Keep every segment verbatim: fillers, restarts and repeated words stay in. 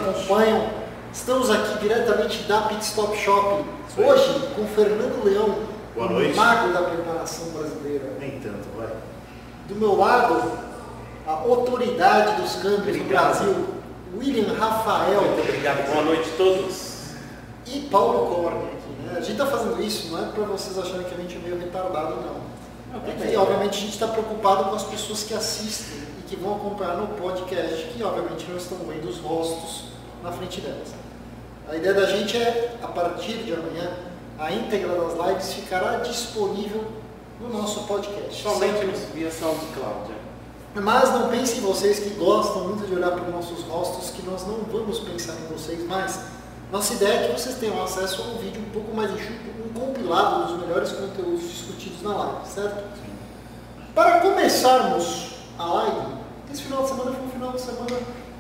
acompanham. Estamos aqui diretamente da Pit Stop Shop, hoje com Fernando Leão, o mago da preparação brasileira. Nem tanto, vai. Do meu lado, a autoridade dos câmbios do Brasil, William Rafael. Muito obrigado, boa noite a todos. E Paulo Corne aqui, né? A gente está fazendo isso, não é para vocês acharem que a gente é meio retardado, não. É que, obviamente, a gente está preocupado com as pessoas que assistem e que vão acompanhar no podcast, que, obviamente, não estão vendo os rostos na frente delas. A ideia da gente é, a partir de amanhã, a íntegra das lives ficará disponível no nosso podcast. Somente via SoundCloud. Mas não pensem vocês que gostam muito de olhar para os nossos rostos, que nós não vamos pensar em vocês mais. Nossa ideia é que vocês tenham acesso a um vídeo um pouco mais enxuto, um compilado dos melhores conteúdos discutidos na live, certo? Para começarmos a live, esse final de semana foi um final de semana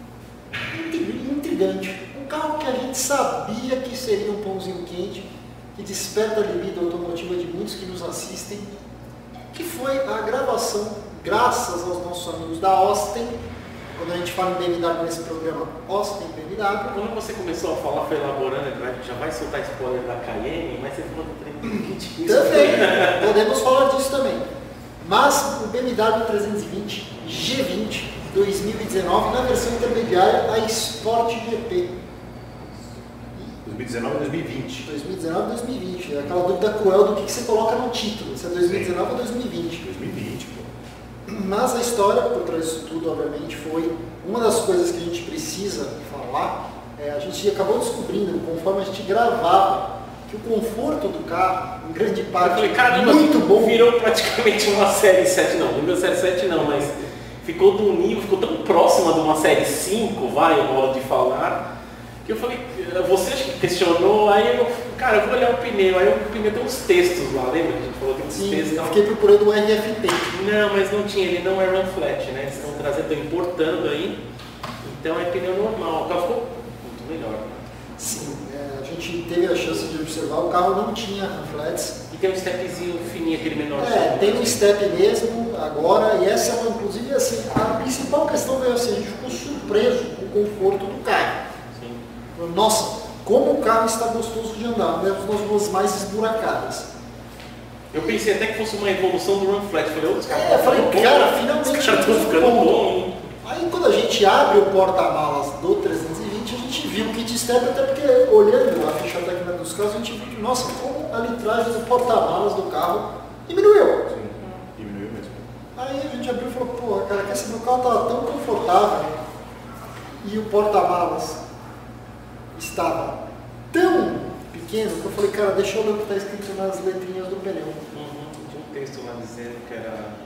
intrigante. Um carro que a gente sabia que seria um pãozinho quente, que desperta a libido automotiva de muitos que nos assistem, que foi a gravação, graças aos nossos amigos da Austin. Quando a gente fala em B M W nesse programa, Austin B M W. Quando você começou a falar, foi elaborando, já vai soltar spoiler da Cayenne, mas você falou do trezentos e vinte. Também, podemos falar disso também. Mas o B M W trezentos e vinte G vinte dois mil e dezenove, na versão intermediária, a Sport G P. dois mil e dezenove ou dois mil e vinte? dois mil e dezenove ou dois mil e vinte. É aquela dúvida cruel do que, que você coloca no título, se é dois mil e dezenove Sim. ou dois mil e vinte. dois mil e vinte, pô. Mas a história por trás disso tudo, obviamente, foi uma das coisas que a gente precisa falar. É, a gente acabou descobrindo, conforme a gente gravava, que o conforto do carro, em grande parte, falei, caramba, muito bom. Virou praticamente uma série sete, não, não meu série sete não, mas ficou do nível, ficou tão próxima de uma série cinco, vai, o modo de falar, que eu falei, você acha que questionou, aí eu, cara, eu vou olhar o pneu, aí o pneu tem uns textos lá, lembra que a gente falou que tem uns Sim, textos? Eu fiquei procurando o R F T. Não, mas não tinha, ele não é run flat, né? Eles estão trazendo, estão importando aí, então é pneu normal, o carro ficou muito melhor. Né? Sim, é, a gente teve a chance de observar, o carro não tinha run flats. E tem um stepzinho fininho, aquele menor. É, tem um step mesmo agora, e essa é uma, inclusive, assim, a principal questão veio assim, a gente ficou surpreso com o conforto do carro. Sim. Nossa, como o carro está gostoso de andar, mesmo nas ruas mais esburacadas. Eu pensei até que fosse uma evolução do run flat, falei, os caras É, eu falei, cara, finalmente os caras estão ficando bom. Aí quando a gente abre o porta-malas do trezentos e vinte, a gente viu o kit step, até porque olhando a ficha técnica dos carros, a gente viu que, nossa, como a litragem do porta-malas do carro diminuiu. Sim, diminuiu mesmo. Aí a gente abriu e falou, pô, cara, que esse meu carro estava tão confortável e o porta-malas estava tão pequeno que eu falei, cara, deixa eu ler o que está escrito nas letrinhas do pneu. Uhum. Tinha um texto lá dizendo que era...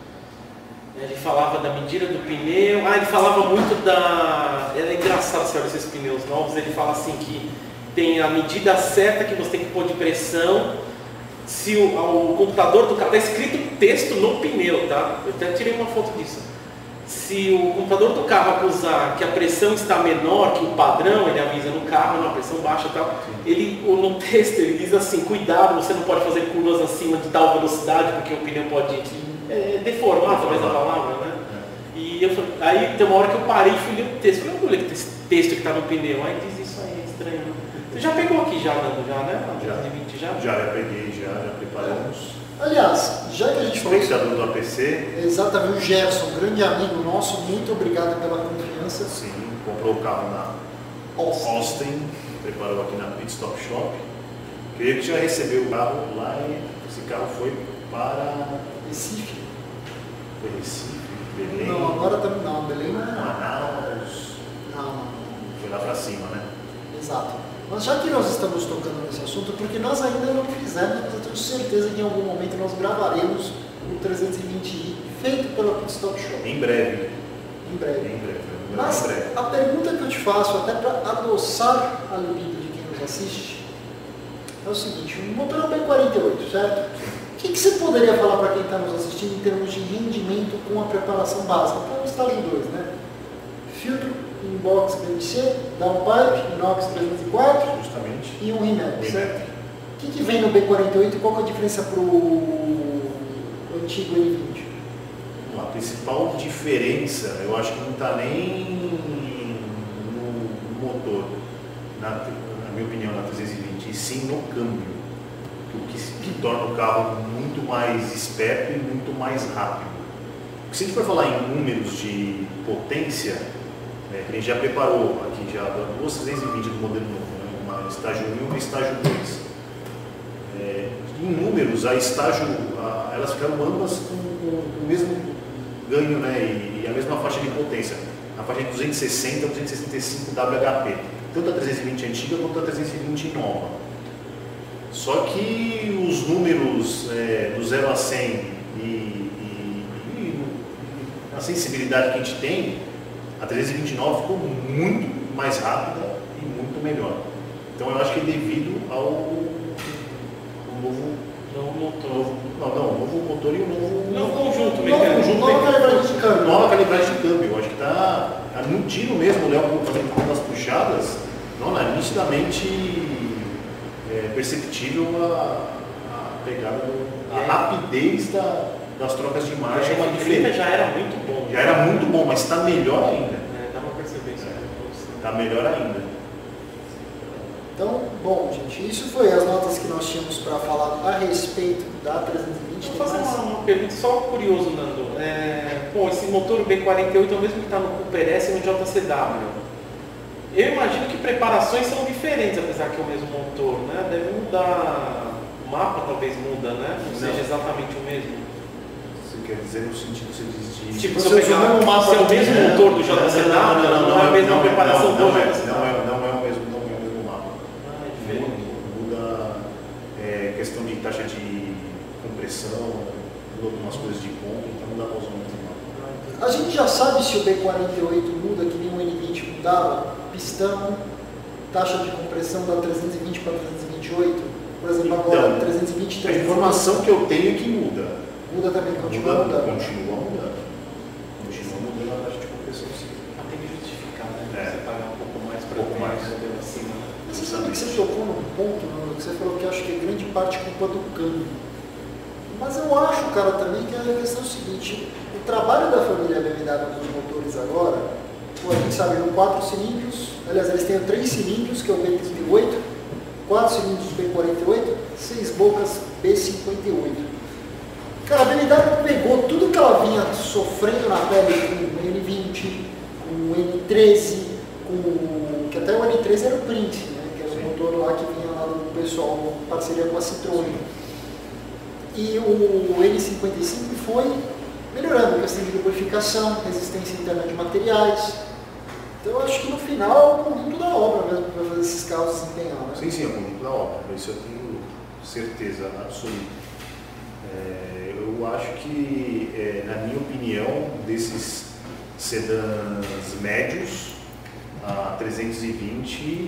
Ele falava da medida do pneu, ah, ele falava muito da... Era engraçado você olhar esses pneus novos, ele fala assim que tem a medida certa que você tem que pôr de pressão, se o, o computador do carro, está escrito texto no pneu, tá? Eu até tirei uma foto disso. Se o computador do carro acusar que a pressão está menor que o padrão, ele avisa no carro, na pressão baixa e tal, ele, no texto ele diz assim, cuidado, você não pode fazer curvas acima de tal velocidade, porque o pneu pode é, deformar, talvez a palavra, né? É. E eu, aí tem uma hora que eu parei e fui ler o texto, falei, olha esse texto que está no pneu, aí diz isso aí, é estranho. Você já pegou aqui já, Nando, já, né? Já, vinte já? Já, já peguei, já, já preparamos. Aliás, já que a gente falou... Especiador do A P C. Exatamente, o Gerson, grande amigo nosso, muito obrigado pela confiança. Sim, comprou o carro na Austin, Austin preparou aqui na Pit Stop Shop. Creio que já recebeu o carro lá e esse carro foi para... Recife. Foi Recife, Belém. Não, agora também não, Belém não. Manaus. Não, não. Foi lá para cima, né? Exato. Mas já que nós estamos tocando nesse assunto, porque nós ainda não fizemos, mas eu tenho certeza que em algum momento nós gravaremos o trezentos e vinte i feito pela Pit Stop Shop. Em breve. Em breve. Em breve. Mas em breve. a pergunta que eu te faço, até para adoçar a libido de quem nos assiste, é o seguinte, um motor é um B quarenta e oito, certo? O que, que você poderia falar para quem está nos assistindo em termos de rendimento com a preparação básica? Para o estágio dois, né? Filtro, inbox B M C, downpipe, inox trezentos e quatro Justamente. E um remap, certo? O que, que vem no B quarenta e oito e qual é a diferença para o antigo N vinte? A principal diferença, eu acho que não está nem no na, na minha opinião, na trezentos e vinte, e sim no câmbio, o que, que torna o carro muito mais esperto e muito mais rápido. Porque se a gente for falar em números de potência, né, que a gente já preparou aqui já duas trezentos e vinte do modelo novo, né, uma estágio um e uma estágio dois. É, em números, a estágio, a, elas ficaram ambas com, com o mesmo ganho, né, e, e a mesma faixa de potência, a faixa de duzentos e sessenta a duzentos e sessenta e cinco W H P, tanto a trezentos e vinte antiga quanto a trezentos e vinte nova. Só que os números é, do zero a cem e, e, e a sensibilidade que a gente tem, a trezentos e vinte e nove ficou muito mais rápida e muito melhor. Então eu acho que é devido ao, ao novo, novo motor. Novo, não, não, novo motor e o novo, novo conjunto, novo conjunto, nova calibragem de câmbio. Nova calibragem de câmbio. Eu acho que está tá no tiro mesmo, o Léo fazendo as puxadas, não, é nitidamente é, perceptível a, a pegada, do, a é. rapidez da, das trocas de marcha. É uma diferença. Já era muito bom. Já era muito bom, mas está melhor ainda. É, dá para perceber isso. Está melhor ainda. Então, bom, gente, isso foi as notas que nós tínhamos para falar a respeito da trezentos e vinte. Vou fazer uma, uma pergunta só curioso, Nando. É, bom, esse motor B quarenta e oito é o mesmo que está no Cooper S e no J C W. Eu imagino que preparações são diferentes, apesar que é o mesmo motor, né? Deve mudar, o mapa talvez muda, né? Não, não seja exatamente o mesmo. Você quer dizer no sentido, você diz de... Tipo, se eu pegar o mapa, se é o mesmo é, motor do J C W, não, não, não, não, não é a mesma não, preparação não, do não, J C W. Não é, não é o mesmo, não é o mesmo mapa. Ah, é diferente. Muda é, questão de taxa de compressão, muda algumas coisas de ponto, então não dá para usar o mesmo mapa. A gente já sabe se o B quarenta e oito muda, que nem o N vinte mudava, pistão, taxa de compressão da trezentos e vinte para trezentos e vinte e oito, por exemplo, agora então, trezentos e vinte, trezentos e vinte. A informação que eu tenho é que muda. Muda também, continua muda, mudando. Continua mudando. Continua mudando a taxa de compressão, sim. Mas tem que justificar, né? É. Você pagar um pouco mais para um pouco mais. o modelo acima, né? Mas você sabe que você tocou num ponto, Nando, que você falou que acho que é grande parte culpa do câmbio. Mas eu acho, cara, também que a questão é o seguinte, o trabalho da família B M W com os motores agora, pô, a gente sabe, no quatro cilindros, aliás, eles têm três cilindros, que é o B trinta e oito, quatro cilindros B quarenta e oito, seis bocas B cinquenta e oito. Cara, a B M W pegou tudo que ela vinha sofrendo na pele com o N vinte, com o N treze, com que até o N treze era o Prince, né, que era o motor lá que vinha lá do pessoal, em parceria com a Citroën. E o N cinquenta e cinco foi melhorando a questão de lubrificação, resistência interna de materiais. Então eu acho que no final é o conjunto da obra mesmo que vai fazer esses carros desempenhar. Né? Sim, sim, é o conjunto da obra, isso eu tenho certeza absoluta. É, eu acho que, é, na minha opinião, desses sedãs médios, a trezentos e vinte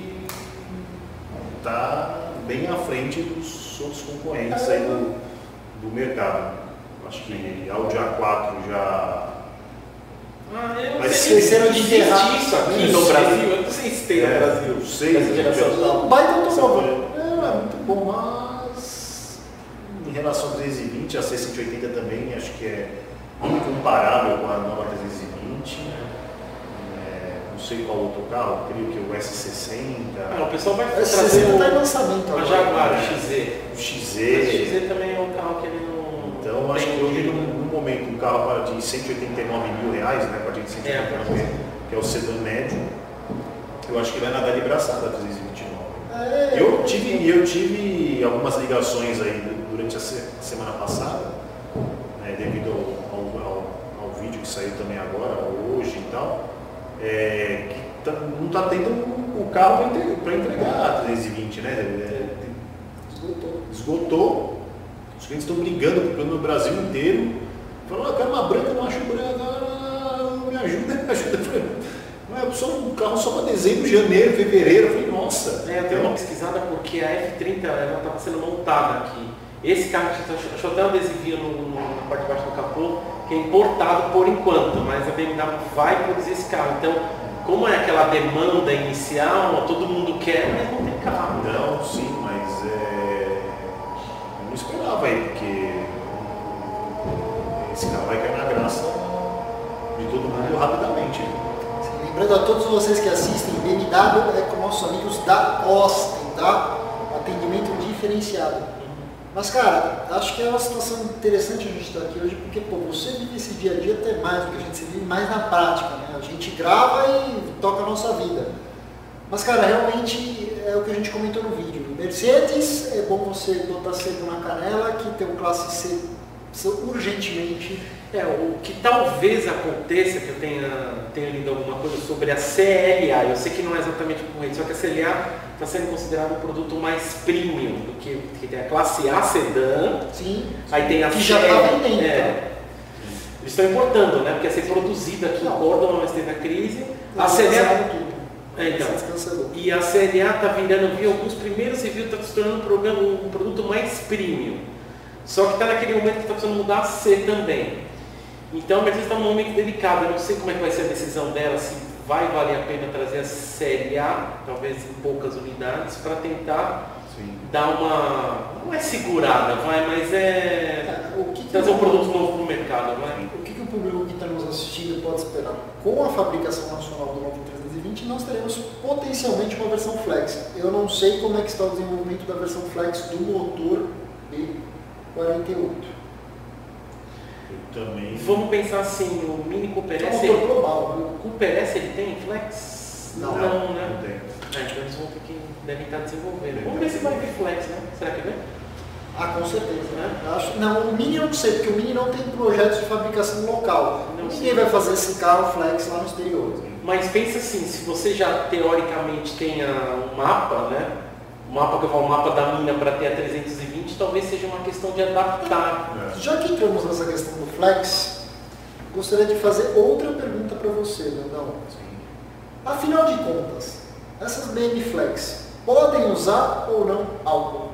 está bem à frente dos outros concorrentes aí do, do mercado. Acho que Audi A quatro já... Ah, eu Mas sei esqueceram que de existe enterrar. isso aqui Eu no sei. Brasil. Eu não sei se tem no É, Brasil. eu sei, Essa geração eu- tal. Um baita automóvel. É, é muito bom, mas em relação a trezentos e vinte, a C cento e oitenta também acho que é incomparável com a nova trezentos e vinte. É, não sei qual outro carro, creio que o S sessenta, Ah, o pessoal vai S trazer sessenta está em o, lançamento a agora. Jaguar, o X Z. o O X X Z. Z também é um carro que ele não... Então acho tem que hoje, um- no, no momento, um carro para de cento e oitenta e nove mil reais, né, a partir de cento e oitenta e nove, É, que é o sedã médio, eu acho que vai nadar de braçada a trezentos e vinte e nove. É, Eu tive, eu tive algumas ligações aí durante a se- semana passada, né, devido ao, ao, ao, ao vídeo que saiu também agora, hoje e tal, é, que tá- não está tendo o carro para entregar a trezentos e vinte, né? É, esgotou. esgotou, os clientes estão brigando comprando no Brasil inteiro, falando, ah, eu quero uma branca, não acho branca, ah, me ajuda, me ajuda. Eu falei, não é só um carro só para dezembro, janeiro, fevereiro. Eu falei, nossa. É, eu dei uma pesquisada porque a F trinta ela estava sendo montada aqui. Esse carro, achou até um adesivinho no, no, na parte de baixo do capô, que é importado por enquanto, mas a B M W vai produzir esse carro. Então, como é aquela demanda inicial, todo mundo quer, mas não tem carro. Não, sim, mas é... eu não esperava aí, porque esse carro vai cair na graça de todo mundo rapidamente. Você Lembrando a todos vocês que assistem, B M W é com nossos amigos da Austin, tá? Atendimento diferenciado. Mas, cara, acho que é uma situação interessante a gente estar aqui hoje, porque, pô, você vive esse dia a dia até mais do que a gente, se vive mais na prática, né? A gente grava e toca a nossa vida. Mas, cara, realmente é o que a gente comentou no vídeo. Mercedes, é bom você botar cedo na canela, que tem um classe C urgentemente. É, o que talvez aconteça, que eu tenha, tenha lido alguma coisa sobre a C L A, eu sei que não é exatamente correto, só que a C L A está sendo considerado um produto mais premium, do que, que tem a classe A sedã, sim, aí tem a que já está vendendo. É, eles estão importando, né? Porque ia ser produzida aqui em Córdoba, mas teve a crise. A C L A... É, então, e a C L A está vendendo, vi alguns primeiros reviews, está se tornando um, programa, um produto mais premium. Só que está naquele momento que está precisando mudar a C também. Então a Mercedes está num momento delicado, eu não sei como é que vai ser a decisão dela, se vai valer a pena trazer a C L A, talvez em poucas unidades, para tentar Sim. dar uma, não é segurada, vai, mas é, é o que que trazer eu... um produto novo para o mercado. Vai. O que, que o público que está nos assistindo pode esperar? Com a fabricação nacional do novo trezentos e vinte, nós teremos potencialmente uma versão Flex. Eu não sei como é que está o desenvolvimento da versão Flex do motor B quarenta e oito. Eu também. Vamos pensar assim, o Mini Cooper S. É um motor global, né? O Cooper S ele tem Flex? Não, não, não né? Não tem. É, então eles vão ter que devem estar desenvolvendo. Vamos ver se vai ter Flex, né? Será que vem? Ah, com certeza, né? Acho, não, o Mini eu não sei, porque o Mini não tem projetos de fabricação local. Não Ninguém sei. vai fazer esse carro Flex lá no exterior. Mas pensa assim, se você já teoricamente tenha um mapa, né? O mapa que eu falo, o mapa da mina para ter a trezentos e vinte, talvez seja uma questão de adaptar. É. Já que entramos nessa questão do Flex, gostaria de fazer outra pergunta para você, Leandão. Afinal de contas, essas B M Flex podem usar ou não álcool?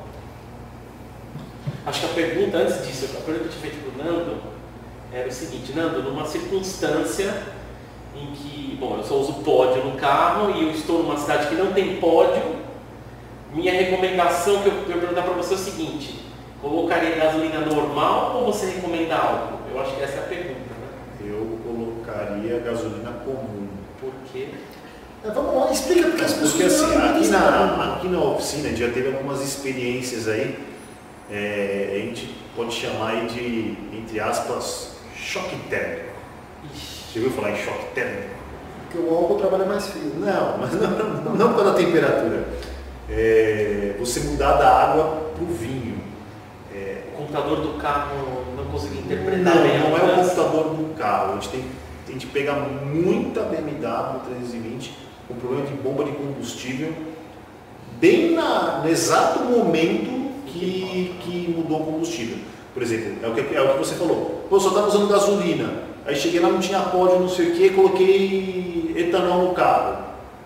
Acho que a pergunta, antes disso, a pergunta que eu tinha feito para o Nando era o seguinte: Nando, numa circunstância em que, bom, eu só uso pódio no carro e eu estou numa cidade que não tem pódio, minha recomendação que eu ia perguntar para você é o seguinte: colocaria gasolina normal ou você recomenda álcool? Eu acho que essa é a pergunta, né? Eu colocaria gasolina comum. Por quê? É, vamos lá, explica porque as pessoas Porque assim, não aqui na, aqui na oficina a gente já teve algumas experiências aí, é, a gente pode chamar aí de, entre aspas, choque térmico. Você ouviu falar em choque térmico? Porque o álcool trabalha mais frio. Não, mas não, não, não por causa da temperatura. É, você mudar da água para o vinho. É, o computador do carro não conseguiu interpretar não, bem. Não, não é o computador do carro. A gente tem, tem que pegar muita B M W trezentos e vinte com problema de bomba de combustível bem na, no exato momento que, que mudou o combustível. Por exemplo, é o que, é o que você falou. Pô, só estava usando gasolina. Aí cheguei lá, não tinha pódio, não sei o que, coloquei etanol no carro.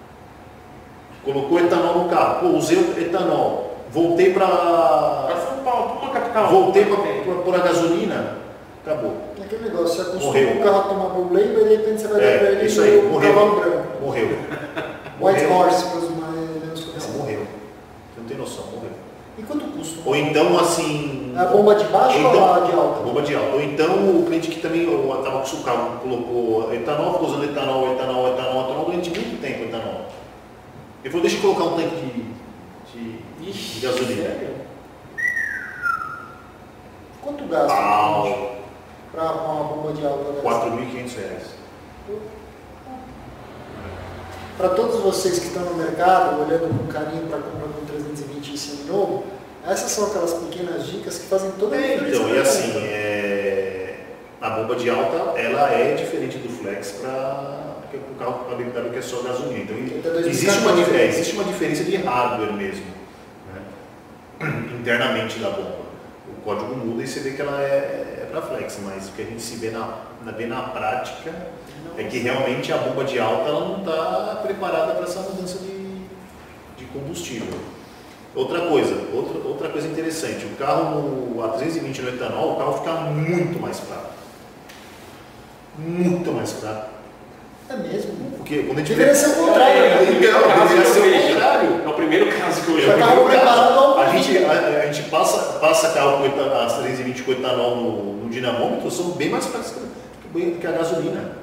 Colocou etanol no carro. Pô, usei etanol. Voltei para São Paulo, para uma capital. Voltei para pôr a gasolina. Acabou. É aquele negócio, você acostuma Morreu. o carro a tomar Blue Label e de repente você vai é, dar para ele isso aí, o morreu. cavalo branco. Morreu. White morreu. Horse, para os mais menos conhecidos. Morreu. Você não tem noção, morreu. E quanto custa? Ou então assim. A bomba de baixo então, ou a de alta? Bomba de alta. Ou então o cliente que também estava com o carro colocou etanol, ficou usando etanol, etanol, etanol, etanol durante muito tempo etanol. Ele falou, deixa eu colocar um tanque de, de, Ixi, de gasolina. Sério? Quanto gasta Ah, para uma bomba de alta dessa? quatro mil e quinhentos reais. Para todos vocês que estão no mercado, olhando com carinho para comprar com trezentos e vinte e seminovo, essas são aquelas pequenas dicas que fazem toda a É, diferença. então, e assim, é, a bomba de alta, ela é diferente do Flex para o carro para B M W que é só gasolina. Então, existe uma, é, existe uma diferença de hardware mesmo, né? Internamente da bomba. O código muda e você vê que ela é, é para Flex, mas o que a gente se vê na, na, vê na prática é que realmente a bomba de alta ela não está preparada para essa mudança de, de combustível. Outra coisa, outra, outra coisa interessante, o carro no a trezentos e vinte no etanol, o carro fica muito mais fraco. Muito mais fraco. É mesmo? Porque quando a gente deveria ser o contrário. É, é, Não, deveria ser o contrário. É o primeiro caso que eu É o já primeiro carro preparado caso. ao A gente, a, a gente passa, passa carro com etanol, as trezentos e vinte com etanol no, no dinamômetro, são bem mais fracos que, que a gasolina.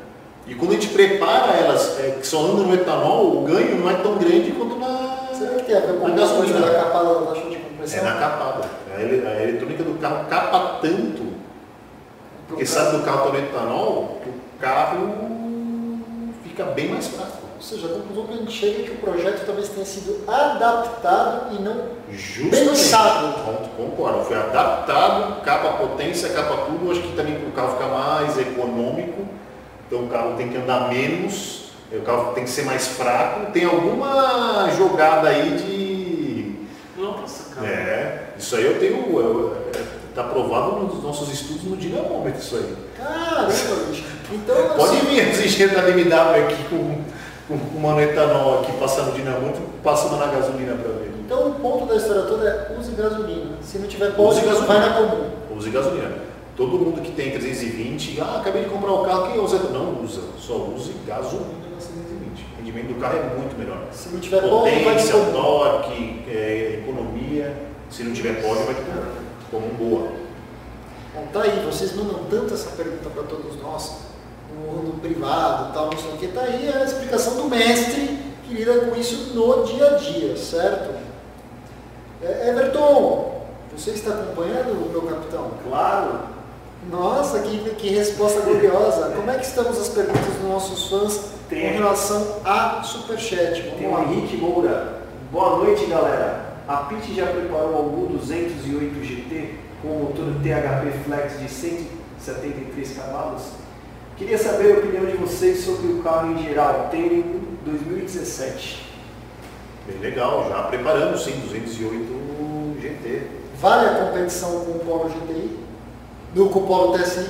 E quando a gente prepara elas, é, que só andam no etanol, o ganho não é tão grande quanto na, Será que tem a ver com na a gasolina. da capada da taxa de compressão? É na capada. A, ele, a eletrônica do carro capa tanto, porque sabe do carro está no etanol, que o carro fica bem mais fraco. Ou seja, a conclusão que a gente chega é que o projeto talvez tenha sido adaptado e não Justamente. pensado. Concordo, foi adaptado, capa potência, capa tudo, acho que também para o carro ficar mais econômico, então o carro tem que andar menos, o carro tem que ser mais fraco, tem alguma jogada aí de... Nossa, cara. É, isso aí eu tenho, está provado nos nossos estudos no dinamômetro isso aí. Caramba, bicho. Então, Pode assim, vir os engenheiros da B M W aqui com, com, com uma no etanol aqui passando no dinamômetro, passando na gasolina para ver. então o ponto da história toda é use gasolina. Se não tiver pode, Use gasolina. vai na comum. Use gasolina. Todo mundo que tem trezentos e vinte, ah, acabei de comprar o carro, quem usa? Não usa, só use gasolina na trezentos e vinte. O rendimento do carro é muito melhor. Se não tiver pode, vai na Potência, comum. torque, é, economia. Se não tiver pode, vai de comum boa. Bom, tá aí, vocês mandam tanto essa pergunta para todos nós, no, no privado, tal, não sei o que, tá aí a explicação do mestre que lida com isso no dia a dia, certo? É, Everton, você está acompanhando o meu capitão? Claro. Nossa, que, que resposta gloriosa. Como é que estamos as perguntas dos nossos fãs Tem. com relação a Superchat? Vamos Tem lá. o Henrique Moura. Boa noite, galera. A P I T já preparou algum duzentos e oito G T com motor T H P Flex de cento e setenta e três cavalos? Queria saber a opinião de vocês sobre o carro em geral. Tem um dois mil e dezessete. Bem legal, já preparamos sim, duzentos e oito G T. Vale a competição com o Polo G T I? No, com o Polo T S I?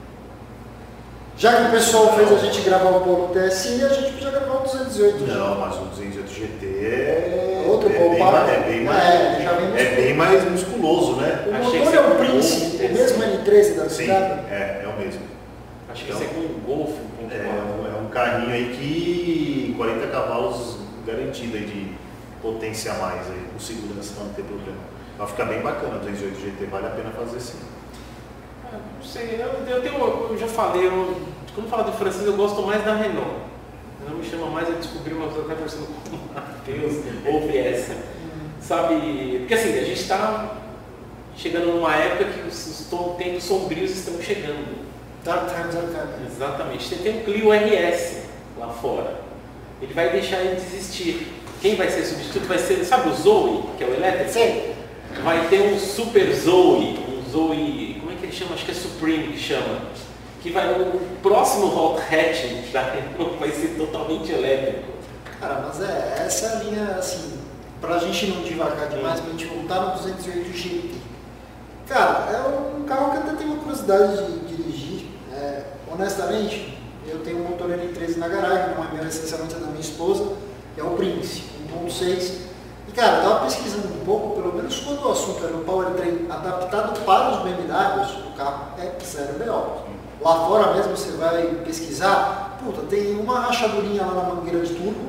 Já que o pessoal fez a gente gravar o Polo T S I, a gente podia gravar o duzentos e oito. Não, mas o duzentos e oito G T é, Outro é, Polo bem, Power? mais- é, bem, mais, É, já vem é bem mais musculoso, né? O Achei motor que é você o comprou Prince, um o T S I. mesmo N treze da Sim, Ducati. é, é o mesmo. Acho que Então, esse é com um Golf. um ponto É quatro. um, é um carrinho aí que quarenta cavalos garantido aí de potência a mais aí, com segurança não ter problema. Vai ficar bem bacana, duzentos e oito G T, vale a pena fazer sim. Ah, não sei, eu, eu, tenho, eu já falei, eu, quando falo de francês eu gosto mais da Renault. Não me chama mais a descobrir uma coisa até parecendo com o Matheus ou o V S. Sabe, porque assim, a gente está chegando numa época que os, os tom- tempos sombrios estão chegando. Dark Times are coming. Exatamente. Você tem o Clio R S lá fora. Ele vai deixar de existir. Quem vai ser o substituto vai ser, sabe o Zoe, que é o elétrico? Sim. Vai ter um Super Zoe, um Zoe, como é que ele chama? Acho que é Supreme que chama. Que vai, o próximo hot hatch da Renault vai ser totalmente elétrico. Cara, mas é, essa é a linha, assim, pra gente não devagar demais, pra gente voltar no duzentos e oito G T. Cara, é um carro que até tenho uma curiosidade de dirigir. É, honestamente, eu tenho um motor N treze na garagem, não é meu, essencialmente é da minha esposa, que é o Prince, um ponto seis. E cara, eu tava pesquisando um pouco, pelo menos quando o assunto era o powertrain adaptado para os B M Ws, o carro é zero B O. Lá fora mesmo você vai pesquisar, puta, tem uma rachadurinha lá na mangueira de turbo,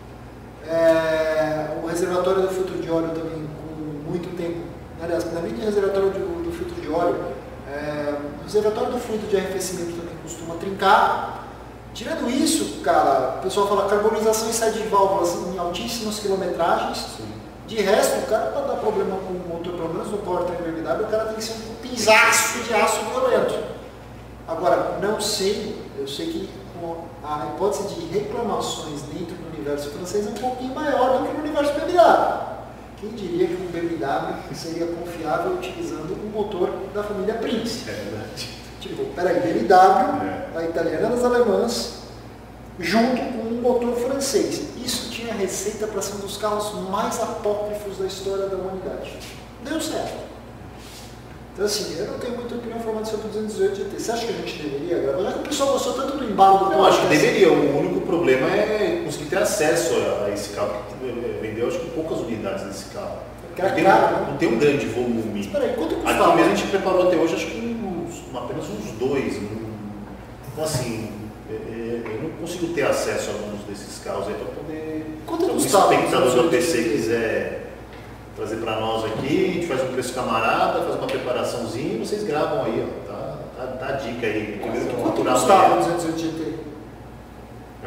é, o reservatório do filtro de óleo também com muito tempo, aliás, não é nem de reservatório do, do filtro de óleo, é, o reservatório do fluido de arrefecimento também costuma trincar. Tirando isso, cara, o pessoal fala carbonização e saída de válvulas em altíssimas quilometragens. Sim. De resto, o cara, para dar problema com o motor, pelo menos no powertrain B M W, o cara tem que ser um pisaço de aço violento. Agora, não sei, eu sei que a hipótese de reclamações dentro do universo francês é um pouquinho maior do que no universo B M W. Quem diria que um B M W seria confiável utilizando o motor da família Prince? É verdade. Tipo, peraí, B M W, É. a italiana das alemãs, junto com um motor francês. Isso tinha receita para ser um dos carros mais apócrifos da história da humanidade. Deu certo. Então assim, eu não tenho muita opinião formada sobre o duzentos e oito G T. Você acha que a gente deveria gravar? Já que o pessoal gostou tanto do embalo do Eu acho que podcast, deveria, o único problema é conseguir ter acesso a, a esse carro, porque vendeu acho que poucas unidades desse carro. porque era Não tem, caro, né? não tem um grande volume. Mas peraí, quanto Aqui custava? mesmo a gente preparou até hoje acho que uns, apenas uns dois. um- Então assim, é, é, eu não consigo ter acesso a alguns desses carros aí para poder. Quanto Então, custava? se o espectador do duzentos e P oito C quiser trazer para nós aqui, a gente faz um preço camarada, faz uma preparaçãozinha e vocês gravam aí, ó. Tá, tá, tá a dica aí. Primeiro que Quanto procurar custava o amanhã. duzentos e oito G T?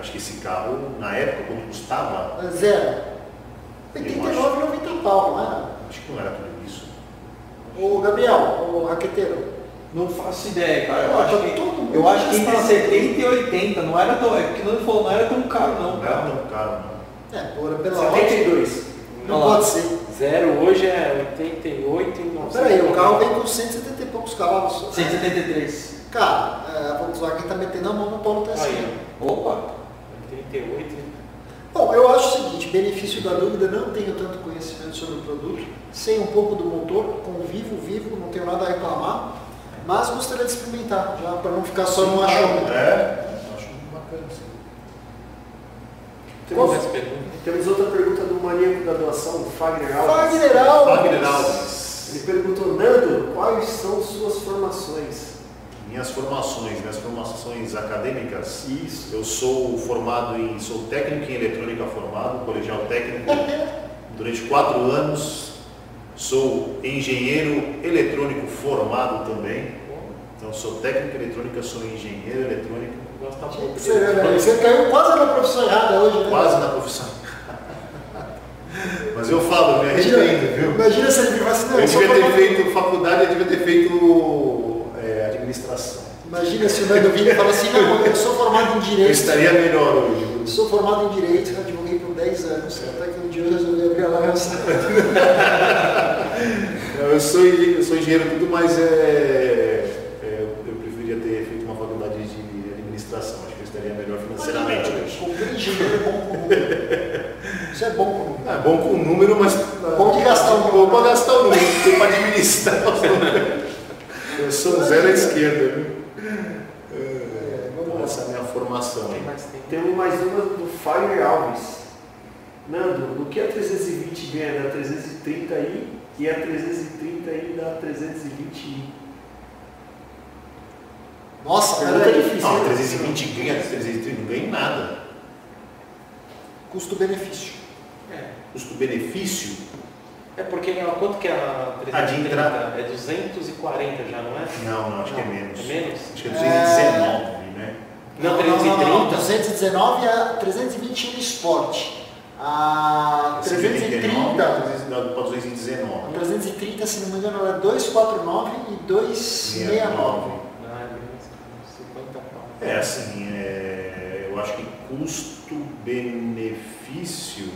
acho que esse carro, na época, quando custava... Zero. oitenta e nove, noventa pau, não era? Acho que não era tudo isso. Ô Gabriel, o raqueteiro. Não faço ideia, cara. Eu Ah, acho tá que, todo mundo eu acho que entre gastado. setenta e oitenta, não era tão. É porque não falou, não era tão caro não, Não era cara. tão caro, não. É, por, pela setenta e dois. Não Olha lá. pode ser. Zero hoje é oitenta e oito e novecentos. Peraí, o carro vem com cento e setenta e poucos cavalos. cento e setenta e três. Cara, é, a Volkswagen está metendo a mão no Polo T S I. Aí, Opa! oitenta e oito. Bom, eu acho o seguinte, benefício da dúvida, não tenho tanto conhecimento sobre o produto, sei um pouco do motor, convivo, vivo, não tenho nada a reclamar, mas gostaria de experimentar, já para não ficar só no achômetro. É, acho muito bacana isso. Temos mais perguntas? Temos outra pergunta do maníaco da doação, o Fagner Alves. Fagner Alves! Fagner Alves. Ele perguntou, Nando, quais são suas formações? Minhas formações, minhas formações acadêmicas. Isso. Eu sou formado em, sou técnico em eletrônica formado, colegial técnico, durante quatro anos. Sou engenheiro eletrônico formado também. Então sou técnico em eletrônica, sou engenheiro eletrônico. Gosta pouco Você, você caiu quase na profissão errada hoje, né? Quase na profissão. Mas eu falo, me arrependo, viu? Imagina se ele falasse, não, Eu eu sou devia ter formado- feito faculdade, eu devia ter feito é, administração. Imagina se o Nando vinha e fala assim, não, eu sou formado em Eu Direito. estaria melhor hoje. Eu sou formado em Direito, advoguei por dez anos, até que um dia eu resolvi abrir a lança. Eu sou, engenheiro- eu sou engenheiro tudo, mas é, é, eu, eu preferia ter feito uma faculdade de administração. Acho que eu estaria melhor financeiramente hoje. Qualquer engenheiro é bom com número. Isso é bom com número. É bom com o número, mas Bom de gastar o número. Bom para gastar o número, não tem para administrar os números. Eu sou um zero à esquerda, viu? É, vamos lá. Essa é a minha formação. Tem Hein? mais tempo. Temos mais uma do Fagner Alves. Nando, no que a trezentos e vinte ganha da trezentos e trinta i e a trezentos e trinta i da trezentos e vinte i? Nossa, Pergunta peraí. difícil. Não, trezentos e vinte ganha, trezentos e trinta não ganha em nada. Custo-benefício. É. Custo-benefício, É porque ó, quanto que é a trezentos e trinta? A de entrada. É duzentos e quarenta já, não é? não, não, acho que é Não. menos. É menos? Acho que é duzentos e dezenove, né? Não, trezentos e trinta? duzentos e dezenove é a trezentos e vinte no Sport. A trezentos e trinta, Para duzentos e a dezenove. trezentos e trinta, se não me engano, era duzentos e quarenta e nove e duzentos e sessenta e nove. Ah, é menos, cinquenta pau. É assim, é, eu acho que custo-benefício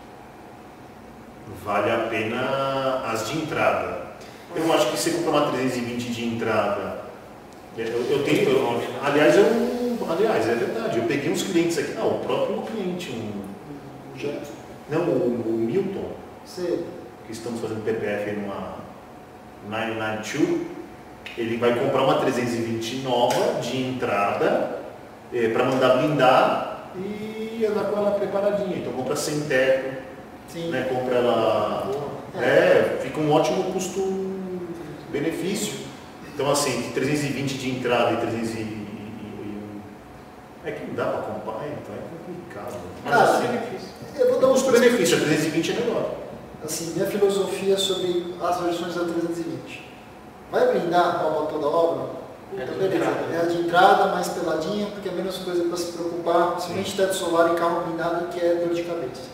vale a pena as de entrada. Eu acho que se você comprar uma trezentos e vinte de entrada, eu, eu tenho. eu- aliás, eu, aliás, é verdade, eu peguei uns clientes aqui, ah, o próprio cliente, um, Já. não, o, o Milton, Você, que estamos fazendo P P F numa novecentos e noventa e dois, ele vai comprar uma trezentos e vinte nova de entrada para mandar blindar e andar com ela preparadinha. Então compra sem teto, sim. né, compra ela. É. É, fica um ótimo custo-benefício. Então assim, trezentos e vinte de entrada e trezentos e um. É que não dá para comparar, então é complicado. Mas Cara, assim, benefício. Eu vou dar uns custo-benefício, a trezentos e vinte é melhor. Assim, minha filosofia sobre as versões da trezentos e vinte. Vai blindar a obra toda a obra? Puta, É de beleza. entrada. É a de entrada, mais peladinha, porque é menos coisa para se preocupar, principalmente teto solar e carro blindado, que é dor de cabeça.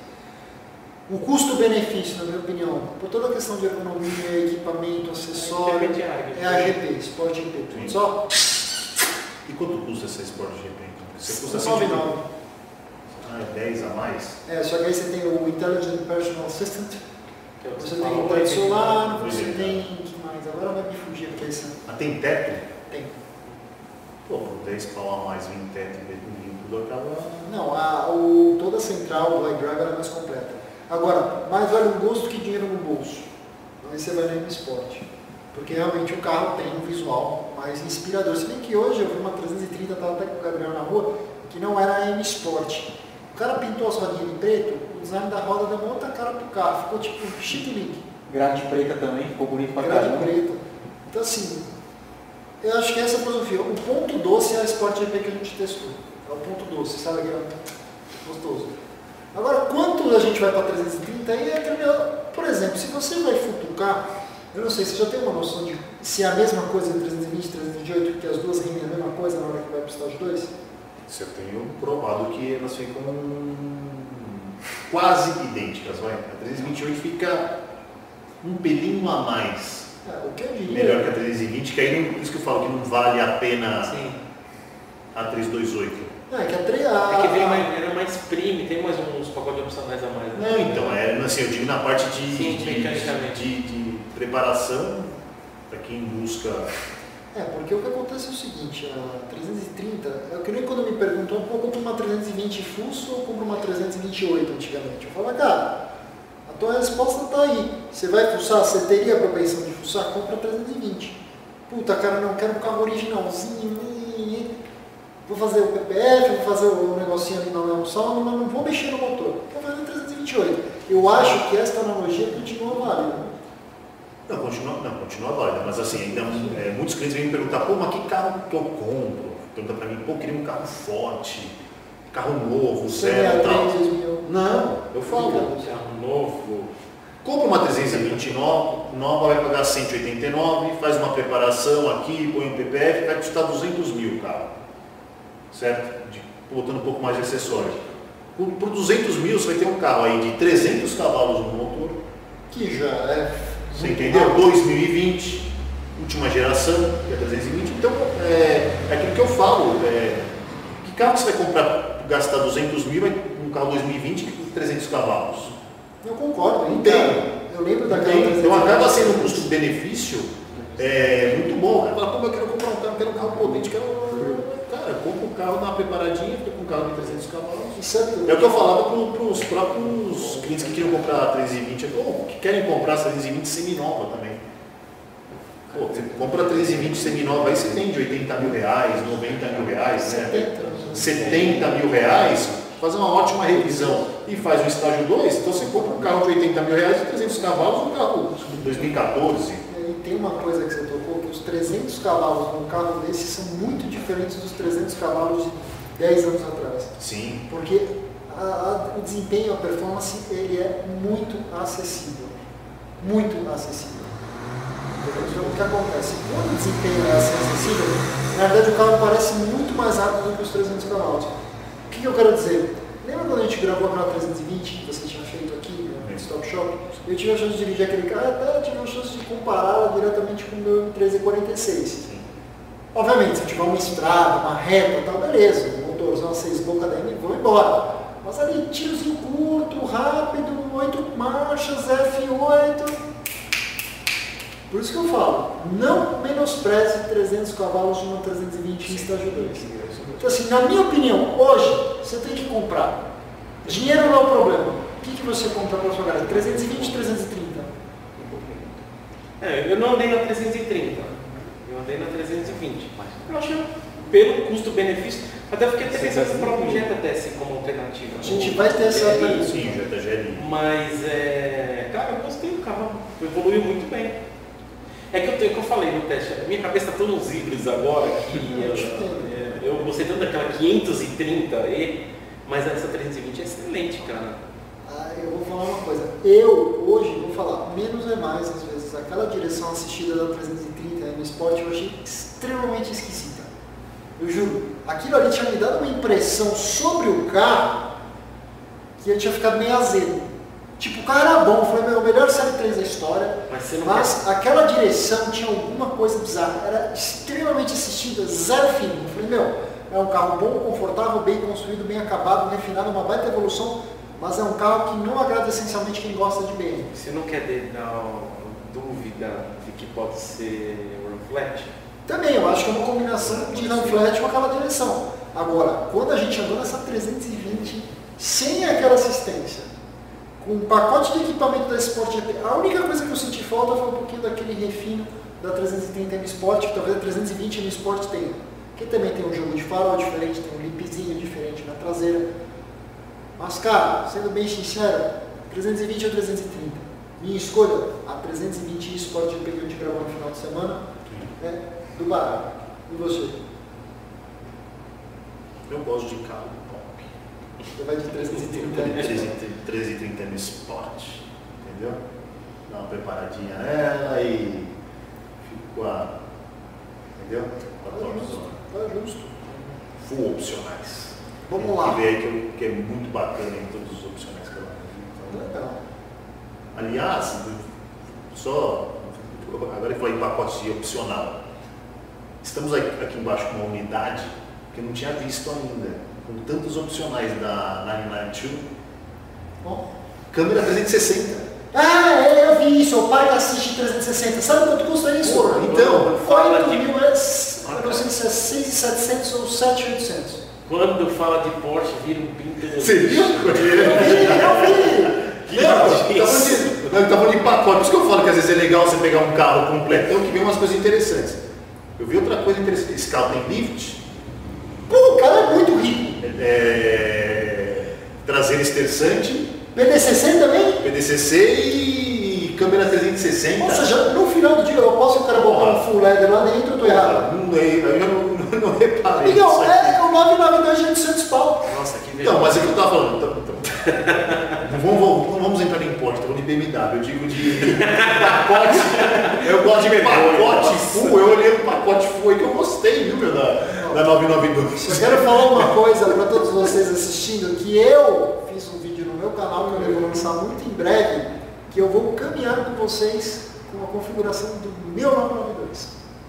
O custo-benefício, na minha opinião, por toda a questão de ergonomia, equipamento, acessório, Intermediário. é a G P, Sport G P. Sim. Só E quanto custa essa Sport G P? Então? Você custa nove cento e nove. vinte. Ah, é dez a mais? É, só que aí você tem o Intelligent Personal Assistant, Que é o que você você tem falou, o teto tem- solar, Pois você é. tem. O que mais? Agora vai me fugir a cabeça. Ah, tem teto? Tem. Pô, por dez pau a mais, vem teto e vem tudo, acaba... Não, a, o, toda a central do iDrive era mais completa. Agora, mais vale um gosto que dinheiro no bolso. Aí você vai na M Sport. Porque realmente o carro tem um visual mais inspirador. Se bem que hoje eu vi uma trezentos e trinta, estava até com o Gabriel na rua, que não era a M Sport. O cara pintou as rodinhas em preto, o design da roda deu uma outra cara pro carro. Ficou tipo chique link. Grade preta também, ficou bonito pra Grade caramba. preta. Então assim, eu acho que essa é a filosofia. O ponto doce é a Sport G P que a gente testou. É o ponto doce, sabe aquele gostoso. Agora, quanto a gente vai para trezentos e trinta, aí é aquele, por exemplo, se você vai futucar, eu não sei, você já tem uma noção de se é a mesma coisa em trezentos e vinte e trezentos e vinte e oito, que as duas rendem a mesma coisa na hora que vai para o estágio dois? Você tem um provado que elas ficam quase idênticas, vai. A trezentos e vinte e oito fica um pelinho a mais. É, o que eu diria... Melhor que a trezentos e vinte, que aí não, por isso que eu falo que não vale a pena Sim. a trezentos e vinte e oito. Não, é que a tre... a... É que vem mais, era mais prime, tem mais uns pacotes opcionais a mais. Né? Não, então, é, assim, eu digo na parte de, Sim, de, mecanicamente. de, de preparação, para quem busca. É, porque o que acontece é o seguinte, a trezentos e trinta, é que nem quando me perguntou, pô, compra uma trezentos e vinte fuso ou compra uma trezentos e vinte e oito antigamente? Eu falava, cara, a tua resposta está aí. Você vai fuçar, você teria a propensão de fuçar? Compra trezentos e vinte. Puta, cara, não, quero um carro originalzinho, vou fazer o P P F, vou fazer o negocinho ali na Leão Salmo, mas não vou mexer no motor. Vou fazer trezentos e vinte e oito. Eu acho que esta analogia continua válida. Não, continua, não, continua válida, mas assim, ainda é, muitos clientes vêm me perguntar, pô, mas que carro que eu compro? Pergunta pra mim, pô, eu queria um carro forte, carro novo, zero e tal. Não, eu falo, Carro novo. compra uma trezentos e vinte nova, nova, vai pagar cento e oitenta e nove, faz uma preparação aqui, põe um P P F, vai custar duzentos mil o carro, certo? De, botando um pouco mais de acessório. Por, por duzentos mil você vai ter um carro aí de trezentos cavalos no motor, Que já é... você entendeu? dois mil e vinte, última geração, que é trezentos e vinte. Então, é, é aquilo que eu falo. É, que carro você vai comprar, gastar duzentos mil, um carro dois mil e vinte com trezentos cavalos? Eu concordo, eu Entendo. entendo. Eu lembro daquela Então, então acaba trezentos e vinte. sendo um custo-benefício é, muito bom. O cara fala, pô, eu quero comprar um carro, quero um carro potente, quero... Cara, compra um carro, dá uma preparadinha, fica com um carro de trezentos cavalos. É o que eu falava para os próprios clientes que queriam comprar a trezentos e vinte, ou que querem comprar a trezentos e vinte seminova também. Pô, você compra a trezentos e vinte seminova, aí você tem de oitenta mil reais, noventa mil reais, né? setenta mil reais, fazer uma ótima revisão e faz um estágio dois, então você compra um carro de oitenta mil reais e trezentos cavalos, um carro de dois mil e quatorze. E tem uma coisa que você tocou, que os trezentos cavalos num carro desse são muito diferentes dos trezentos cavalos de dez anos atrás. Sim. Porque a, a, o desempenho, a performance, ele é muito acessível. Muito acessível. Então, o que acontece? Quando o desempenho é assim acessível, na verdade o carro parece muito mais rápido do que os trezentos cavalos. O que, que eu quero dizer? Lembra quando a gente gravou para trezentos e vinte, que você tinha feito aqui no Stock Shop? Eu tive a chance de dirigir aquele carro, até tive a chance de compará-la diretamente com o meu M treze quarenta e seis. Sim. Obviamente, se tiver uma estrada, uma reta, tal, beleza, o motorzão, seis bocas da M, vão embora. Mas ali, tirozinho curto, rápido, oito marchas, F oito. Por isso que eu falo, não menospreze trezentos cavalos de uma trezentos e vinte em estágio dois. Então assim, na minha opinião, hoje, você tem que comprar. Dinheiro não é o problema. O que, que você compra para a sua garagem? trezentos e vinte, trezentos e trinta? É, eu não andei na trezentos e trinta, eu andei na trezentos e vinte. Eu acho pelo custo-benefício, até porque até pensando no próprio Jetta T S como alternativa. A gente vai ter essa é, Sim, o Jetta G L I. Mas, é, cara, eu gostei do carro, evoluiu muito bem. É que eu, que eu falei no teste, a minha cabeça está tão nos híbridos agora que eu, é, eu gostei tanto daquela quinhentos e trinta E, mas essa trezentos e vinte é excelente, cara. Ah, eu vou falar uma coisa. Eu, hoje, vou falar, menos é mais às vezes. Aquela direção assistida da trezentos e trinta no Sport eu achei extremamente esquisita. Eu juro, aquilo ali tinha me dado uma impressão sobre o carro que eu tinha ficado meio azedo. Tipo, o carro era bom, foi o melhor série três da história, Mas, você não mas aquela direção tinha alguma coisa bizarra. Era extremamente assistida, zero fino. Eu falei, meu, é um carro bom, confortável, bem construído, bem acabado, refinado, uma baita evolução, mas é um carro que não agrada essencialmente quem gosta de B M. Você não quer dar dúvida de que pode ser o Flat? Também, eu acho que é uma combinação de run flat com aquela direção. Agora, quando a gente andou nessa trezentos e vinte, sem aquela assistência, com um pacote de equipamento da Sport G P, a única coisa que eu senti falta foi um pouquinho daquele refino da trezentos e trinta M Sport, que talvez a trezentos e vinte M Sport tenha. Que também tem um jogo de farol diferente, tem um lipzinho diferente na traseira. Mas, cara, sendo bem sincero, trezentos e vinte ou trezentos e trinta? Minha escolha, a trezentos e vinte Sport G P que eu te gravou no final de semana, é do barato. E você? Eu gosto de carro top. Você vai de trezentos e trinta? trezentos e trinta no Sport, entendeu? Dá uma preparadinha nela e fico com a... Entendeu? Com a Tá justo, topzona. tá justo. full opcionais. Vamos lá. Que vê aí que, eu, que é muito bacana em todos os opcionais que ela tem. Então, Legal. aliás, só agora que eu falei em pacote opcional, estamos aqui, aqui embaixo com uma unidade que eu não tinha visto ainda, com tantos opcionais da nove nove dois. Bom. Câmera trezentos e sessenta. Ah, é, eu vi isso, eu pago assistir trezentos e sessenta. Sabe quanto custa isso? Porra, então, oito mil, é, eu não sei se é seis mil e setecentos ou sete mil e oitocentos. Quando fala de Porsche, vira um pinto. Você viu? Eu vi, eu vi. Não, tá falando de pacote, por isso que eu falo que às vezes é legal você pegar um carro completão que vem umas coisas interessantes. Eu vi outra coisa interessante, esse carro tem lift. Pô, o cara é muito rico. É, traseira esterçante. P D C C também? P D C C e câmera trezentos e sessenta. Ou seja, no final do dia eu posso que o cara botar um full leather lá dentro, eu tô errado. Não, eu não, não, não reparei. Amigão, é, é o nove nove dois de oitocentos pau. Nossa, que Então, mas é que eu tava falando. Então, então. Não, vamos, não vamos entrar em Porsche, estou falando de B M W. Eu digo de pacote. Eu gosto de pacote full. Eu olhei o pacote full aí que eu gostei, viu, meu, da, da nove nove dois. Eu quero falar uma coisa para todos vocês assistindo, que eu fiz um vídeo no meu canal que eu devo lançar muito em breve, que eu vou caminhar com vocês com a configuração do meu nove nove dois.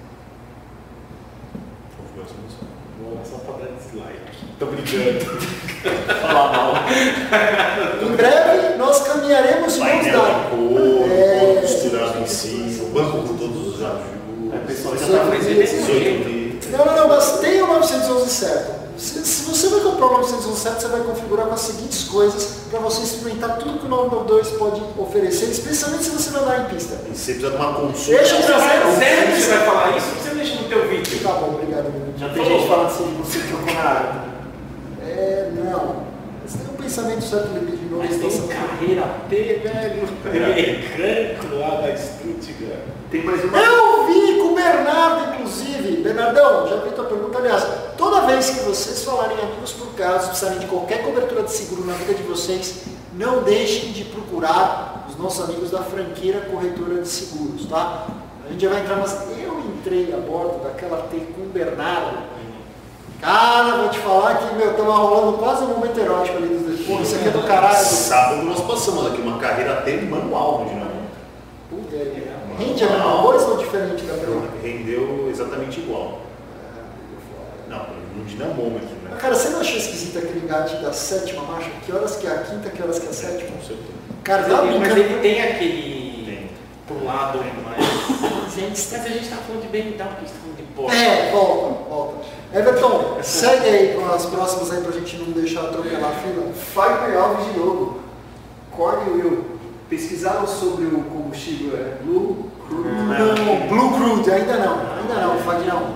Só para dar dislike. Tô brincando. Falar mal. Em breve nós caminharemos de mãos Painel dadas. de cor, É, costurado em cima, o banco com todos os ajustes. A pessoa já Dezoito tá fazendo desse jeito. dezoito Não, não, não, mas tem o novecentos e onze certo. Se, se você vai comprar o novecentos e onze certo, você vai configurar com as seguintes coisas para você experimentar tudo que o nove nove dois pode oferecer, especialmente se você vai andar em pista. E você precisa de uma consulta. Deixa eu trazer. Sério que você vai falar isso? Você deixa no teu vídeo. Tá bom, obrigado. Meu. Já tem gente falando sobre você trocou na água. É, não. Você tem um pensamento certo libidinoso. Mas tem situação. carreira T, velho. Mecânico lá da Stuttgart. Tem mais uma. Eu vi com o Bernardo, inclusive. Bernardão, já vi tua pergunta. Aliás, toda vez que vocês falarem amigos por caso, precisarem de qualquer cobertura de seguro na vida de vocês, não deixem de procurar os nossos amigos da Franqueira Corretora de Seguros, tá? A gente já vai entrar, mas eu entrei a bordo daquela T com o Bernardo. Cara, vou te falar que, meu, tava rolando quase um momento erótico ali dos depois. Pô, isso aqui é do caralho. Sábado nós passamos aqui uma carreira até manual no dinâmico. Puta, é, rende a mesma coisa ou diferente da primeira? Rendeu exatamente igual. Não, no dinamômetro, né? Cara, você não achou esquisito aquele engate da sétima marcha? Que horas que é a quinta, que horas que é a sétima? Com certeza. Cara, Mas tá ele, mas brincando. ele tem aquele Tem. pro lado mais. Gente, mas a gente tá falando de B M W, a gente tá falando de Porsche. É, volta, volta. Everton, segue aí com as próximas aí pra gente não deixar atropelar a fila. Fagner Alves de novo. Corey Will. Pesquisaram sobre o combustível é, Blue Crude. Não, Blue Crude, ainda não, ainda não, Fagnão.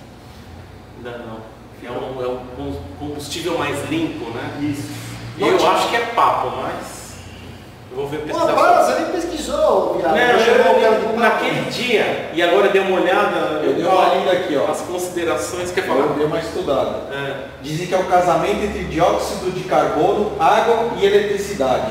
Ainda não. É um, é um combustível mais limpo, né? Isso. Eu Não, acho que é papo, mas. Eu vou ver Pô, pesquisar. para, você nem pesquisou, viado. Não, Vai chamar o cara de eu, papo. naquele dia, e agora dei uma olhada, Eu dei uma lida aqui, ó. as considerações que é Eu falar. dei uma estudada. É. Dizem que é o casamento entre dióxido de carbono, água e eletricidade.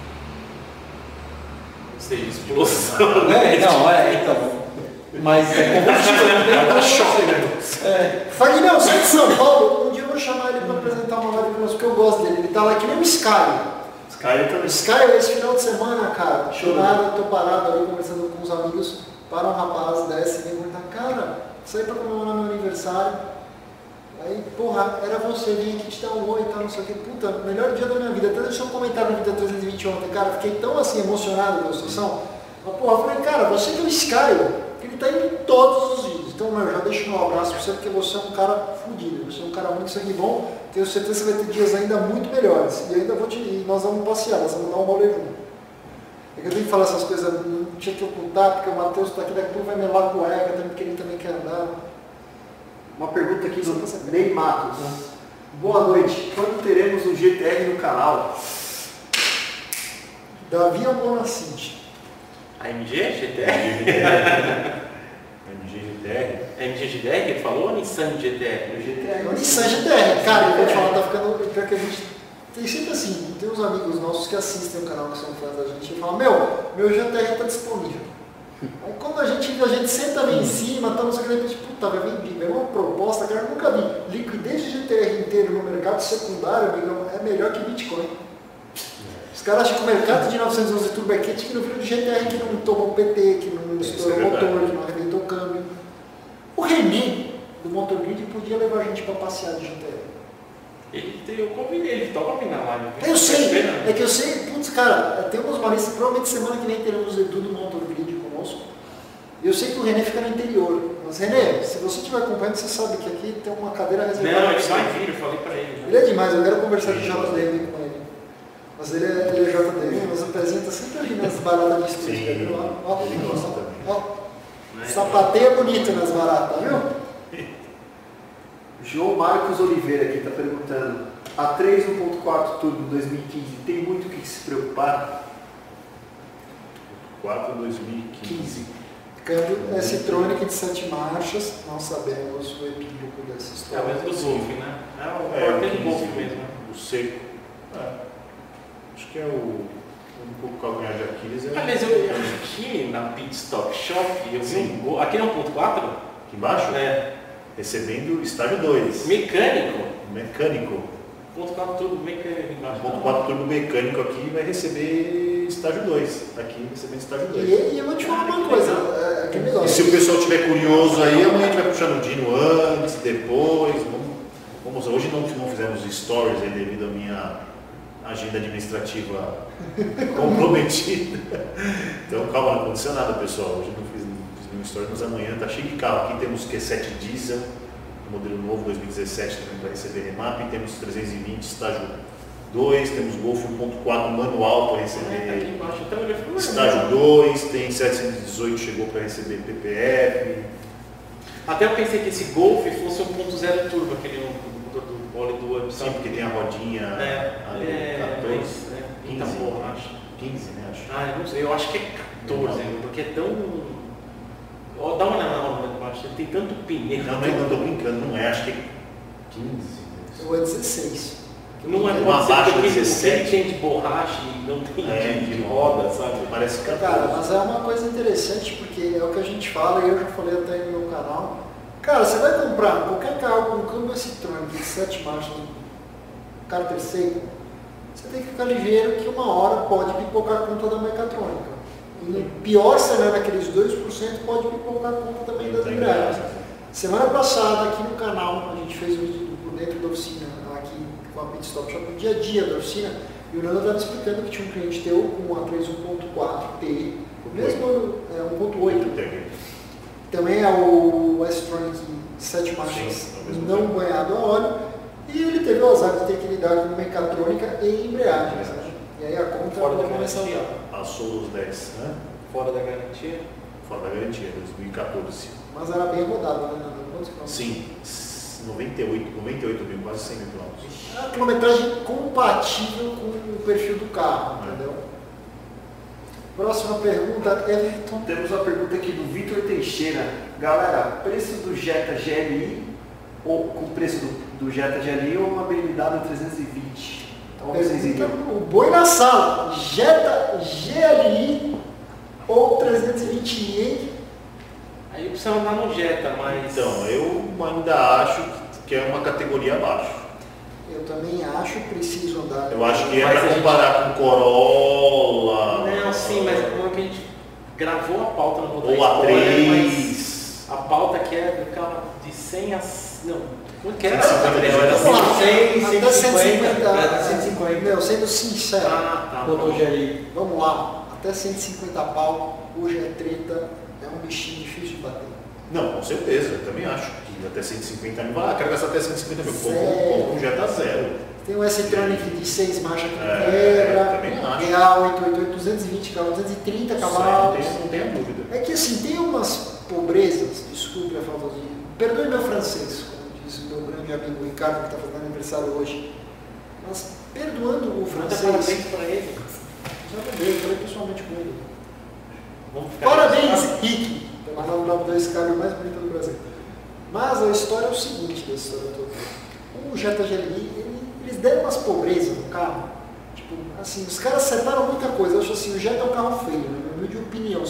Ou seja, explosão. É, não, é, então. Mas é combustível, não tem como choque, você- É. Fagnão, você é de São Paulo, um dia eu vou chamar ele pra apresentar uma live conosco, porque eu gosto dele. Ele tá lá que nem o Sky. Sky O também. Sky, esse final de semana, cara, chorado, eu tô parado ali conversando com os amigos, para um rapaz, desce e vem perguntar, cara, saí pra comemorar meu aniversário, aí, porra, era você, vim aqui te dar um oi e tal, não sei o que, puta, melhor dia da minha vida, até deixou um comentário no Vida trezentos e vinte ontem, cara, fiquei tão assim, emocionado com a situação, mas porra, eu falei, cara, você que é o Sky, ele tá indo em todos os vídeos, então, meu, já deixo meu abraço pra você, porque você é um cara fodido, você é um cara muito sangue bom, tenho certeza que você vai ter dias ainda muito melhores. E ainda vou te ir, nós vamos passear, nós vamos dar um rolê junto. É que eu tenho que falar essas coisas, não tinha que ocultar, porque o Matheus está aqui, daqui a pouco vai melar com o cueca, também, porque ele também quer andar. Uma pergunta aqui do Ney Matos. Boa noite. Quando teremos um G T R no canal? Davi Almonacinte. A M G, G T R? M G G T R. A M G G T R que ele falou ou Nissan G T R? O G T É R. o Nissan G T R. Cara, eu vou te falar, tá ficando. Pior que a gente. Tem sempre assim, tem uns amigos nossos que assistem o canal, que são fãs da gente, e falam, meu, meu G T R tá disponível. Aí quando a gente, a gente senta ali em cima, tá, não sei o que, de repente, puta, vai vir, vai uma proposta, cara, eu nunca vi. Liquidez de G T R inteiro no mercado secundário, amigão, é melhor que Bitcoin. Os caras acham que o mercado de novecentos e onze Turbo é quente, que no filho do G T R que não tomou P T, que não estourou o é motor, que não arrebentou o câmbio. O René, do Motor Grid, podia levar a gente para passear de G T R. Ele tem, eu convidei, ele toca vir na live. Eu sei, é que eu sei, putz, cara, tem umas maristas, provavelmente semana que vem teremos o Edu do Motor Grid conosco. Eu sei que o René fica no interior, mas René, se você estiver acompanhando, você sabe que aqui tem uma cadeira reservada. Não, ele vai vir, eu falei pra ele. Ele é demais, eu quero conversar de J D M com ele. Mas ele é, ele é J D M, mas apresenta sempre ali nas baratas de estúdio. Sim, ó, ó, ele ó, gosta ó, também. ó. Sapateia bonito nas baratas, viu? João Marcos Oliveira aqui está perguntando, a três um ponto quatro Turbo dois mil e quinze tem muito o que se preocupar? quatro dois mil e quinze. Câmbio S-Tronic de sete marchas, não sabemos o epílogo dessa É história. o mesmo do Golf, né? É o É, porteiro do Golf quinze, mesmo. Né? O seco. É. Acho que é o, um pouco calcanhar de Aquiles. É Aliás, eu aqui na Pit Stop Shop, eu vi Sim. um Gol. Aqui é um ponto quatro? Aqui embaixo? É. Recebendo estágio dois. Mecânico. Mecânico. Ponto quatro turbo mecânico embaixo. Ponto quatro turbo mecânico aqui vai receber estágio dois. Aqui recebendo estágio dois. E, e eu vou te falar uma coisa, é, aquele E negócio. se o pessoal estiver curioso aí, amanhã a gente vai puxar no Dino antes, depois. Vamos, vamos, hoje não, não fizemos stories aí devido à minha agenda administrativa comprometida. Então calma, não aconteceu nada, pessoal. Hoje não fiz, não fiz nenhum story, mas amanhã tá cheio de carro. Aqui temos Q sete Diesel, modelo novo dois mil e dezessete, também para receber remap. Temos trezentos e vinte estágio dois, temos Golf um ponto quatro manual para É, tá aqui receber embaixo. Então ele falou, estágio dois, tem setecentos e dezoito, chegou para receber P P F. Até eu pensei que esse Golf fosse um ponto zero turbo, aquele motor do óleo do Up. Sim, porque tem a rodinha É, ali, é, quatorze, mas, é, então, quinze, borracha. quinze, né, acho. Ah, eu não sei, eu acho que é quatorze, porque é tão... Ó, dá uma olhada na roda de baixo, ele tem tanto pneu. Não, não, não tô brincando, não é, acho que é quinze. Ou é dezesseis. Não é Uma pode ser baixa porque o que dezessete. ele tem de borracha e não tem É, de, de de roda, sabe? Parece que Cara, mas é uma coisa interessante porque é o que a gente fala e eu já falei até no meu canal. Cara, você vai comprar qualquer carro com câmbio S-Tronic de sete marchas, cárter seco, você tem que ficar ligeiro que uma hora pode pipocar a conta da mecatrônica. E no pior cenário, aqueles dois por cento pode pipocar a conta também das embreagens. Semana passada, aqui no canal, a gente fez um vídeo por dentro da oficina, aqui com a Pit Stop Shop, no dia a dia da oficina, e o Nando estava explicando que tinha um cliente teu com a três um ponto quatro T, mesmo é, um ponto oito. Também é o S-Tronic sete marchas Sim, não banhado a óleo, e ele teve o azar de ter que lidar com mecatrônica e embreagens. Né? E aí a conta Fora da vai começar a garantia. usar. Passou os dez, né? Fora da garantia. Fora da garantia, dois mil e quatorze. Mas era bem rodado, né, Nando? Quantos quilômetros? Sim, noventa e oito, noventa e oito mil, quase cem mil quilômetros. É a quilometragem compatível com o perfil do carro, É. entendeu? Próxima pergunta, Everton. Temos uma pergunta aqui do Vitor Teixeira. Galera, preço do Jetta G L I, ou com o preço do, do Jetta G L I ou uma B M W trezentos e vinte? Qual vocês iriam? O boi na sala, Jetta G L I ou trezentos e vinte i? Aí precisa andar no Jetta, mas... Então, eu ainda acho que é uma categoria abaixo. Eu também acho, preciso andar. Eu acho que é Mas para a gente- comparar com Corolla. Não, sim, mas como é que a gente gravou a pauta no Rodar Ou a Spoiler, três. mas a pauta que é do carro de cem a... Não, como que era? cento e cinquenta Era Vamos lá, cem, até cento e cinquenta. até cento e cinquenta. Meu, sendo sincero, Ah, tá. Motor G L I. vamos lá, até cento e cinquenta pau, hoje é treta, é um bichinho difícil de bater. Não, com certeza, eu também acho que até cento e cinquenta mil. Ah, quero gastar até cento e cinquenta mil. Zero. Compro um Jetta zero. Tem um S-Tronic de seis marchas que não É, quebra, também acho. G A oito oito oito, duzentos e vinte cavalos, duzentos e trinta Isso aí cavalos. Não tem, não tenha dúvida. É que assim, tem umas pobrezas, desculpe a falta de... Perdoe meu francês, como diz o meu grande amigo Ricardo, que está fazendo aniversário hoje. Mas perdoando o Manda francês... parabéns pra ele. Já mandei, eu falei pessoalmente com ele. Vamos ficar Parabéns, Rick! Pela nova nova dois câmbio mais bonita do Brasil. Mas a história é o seguinte da história toda. O Jetta G L I, ele, eles deram umas pobrezas no carro. Tipo, assim, os caras acertaram muita coisa. Eu acho assim, o Jetta é um carro feio, na minha humilde opinião.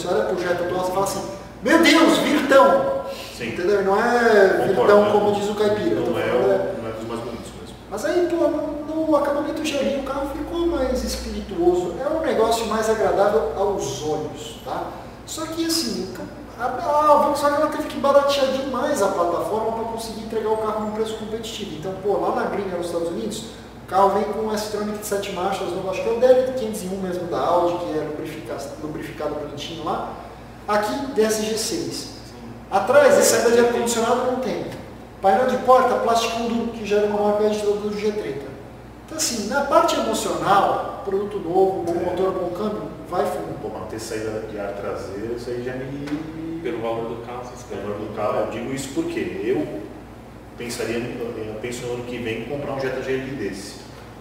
você olha pro Jetta atual, você fala assim, meu Deus, Virtão! Sim. Entendeu? Não é Concordo, Virtão né? como diz o caipira. Não Tô é, falando, o- não é dos mais bonitos mesmo. Mas aí, pô, no, no acabamento geral o carro ficou mais espirituoso. É um negócio mais agradável aos olhos, tá? Só que assim, a, a Volkswagen ela teve que baratear demais a plataforma para conseguir entregar o carro num preço competitivo. Então, pô, lá na gringa nos Estados Unidos, o carro vem com um S-Tronic de sete marchas, eu acho que é o D L quinhentos e um mesmo da Audi, que é lubrificado, lubrificado bonitinho lá. Aqui, D S G seis. Atrás, esse saída de ar-condicionado não tem. Painel de porta, plástico duro, que gera uma maior pé de todo do G trinta. Então assim, na parte emocional, produto novo, bom motor, bom câmbio, vai fundo. Pô, mas ter saída de ar traseiro, isso aí já me... Pelo valor do carro, vocês Pelo querem. valor do carro, eu digo isso porque eu pensaria, eu penso no ano que vem em comprar um Jetta G L I desse.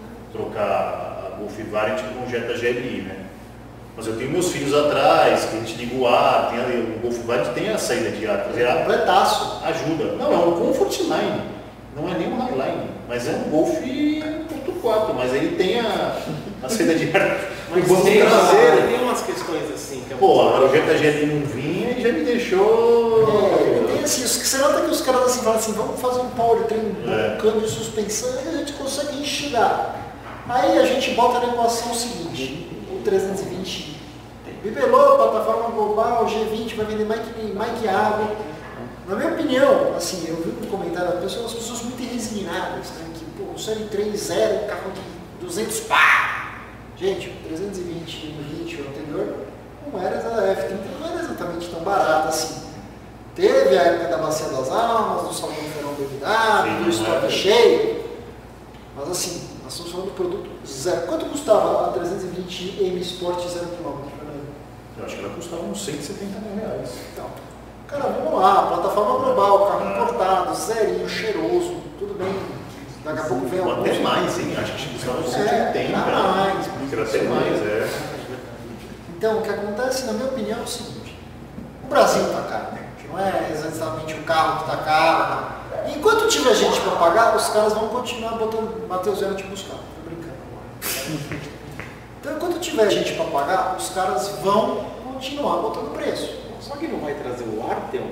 Trocar a Golf Variant por um Jetta G L I, né? Mas eu tenho meus filhos atrás, que a gente liga o ar, tem ali, o Golf Variant tem a saída de ar traseiro. É completaço. Ajuda. Não, é um Comfort Line, não é nem um Highline, mas é um Golf ponto quatro, mas ele tem a, a saída de ar. Mas o banco tem, traseiro. uma- tem umas questões assim que é Pô, muito- agora o Jetta G L I não vinha e já me deixou... É, ele tem assim, os- você nota que os caras assim falam assim, vamos fazer um powertrain, um É. câmbio, suspensão, e a gente consegue enxergar. Aí a gente bota na equação o seguinte, o trezentos e vinte bibelô, plataforma global, G vinte vai vender mais que, mais que água. Na minha opinião, assim, eu vi um comentário das pessoas, as pessoas muito resignadas, né? Que, pô, o Série três zero, carro de duzentos pá! Gente, o trezentos e vinte no vinte, o anterior, não era, a F trinta não era exatamente tão barata assim. Teve a época da Bacia das Almas, do Salão Ferão Bevidado, Sim, do não estoque é. cheio. Mas assim, nós estamos falando do produto zero. Quanto custava a trezentos e vinte M Sport zero quilômetro? Eu acho que ela custava uns cento e setenta mil reais. Então, cara, vamos lá, plataforma global, carro importado, zerinho, cheiroso, tudo bem. Daqui a pouco vem Ou alguns... até mais, hein? Acho que custava uns É, cento e oitenta. dá mais. Era até mais, é. Então, o que acontece, na minha opinião, é o seguinte. O Brasil está caro, não é exatamente o carro que está caro. Enquanto tiver gente para pagar, os caras vão continuar botando Matheus Zero te buscar. Tô brincando. Então, enquanto tiver gente para pagar, os caras vão continuar botando preço. Só que não vai trazer o Arteon?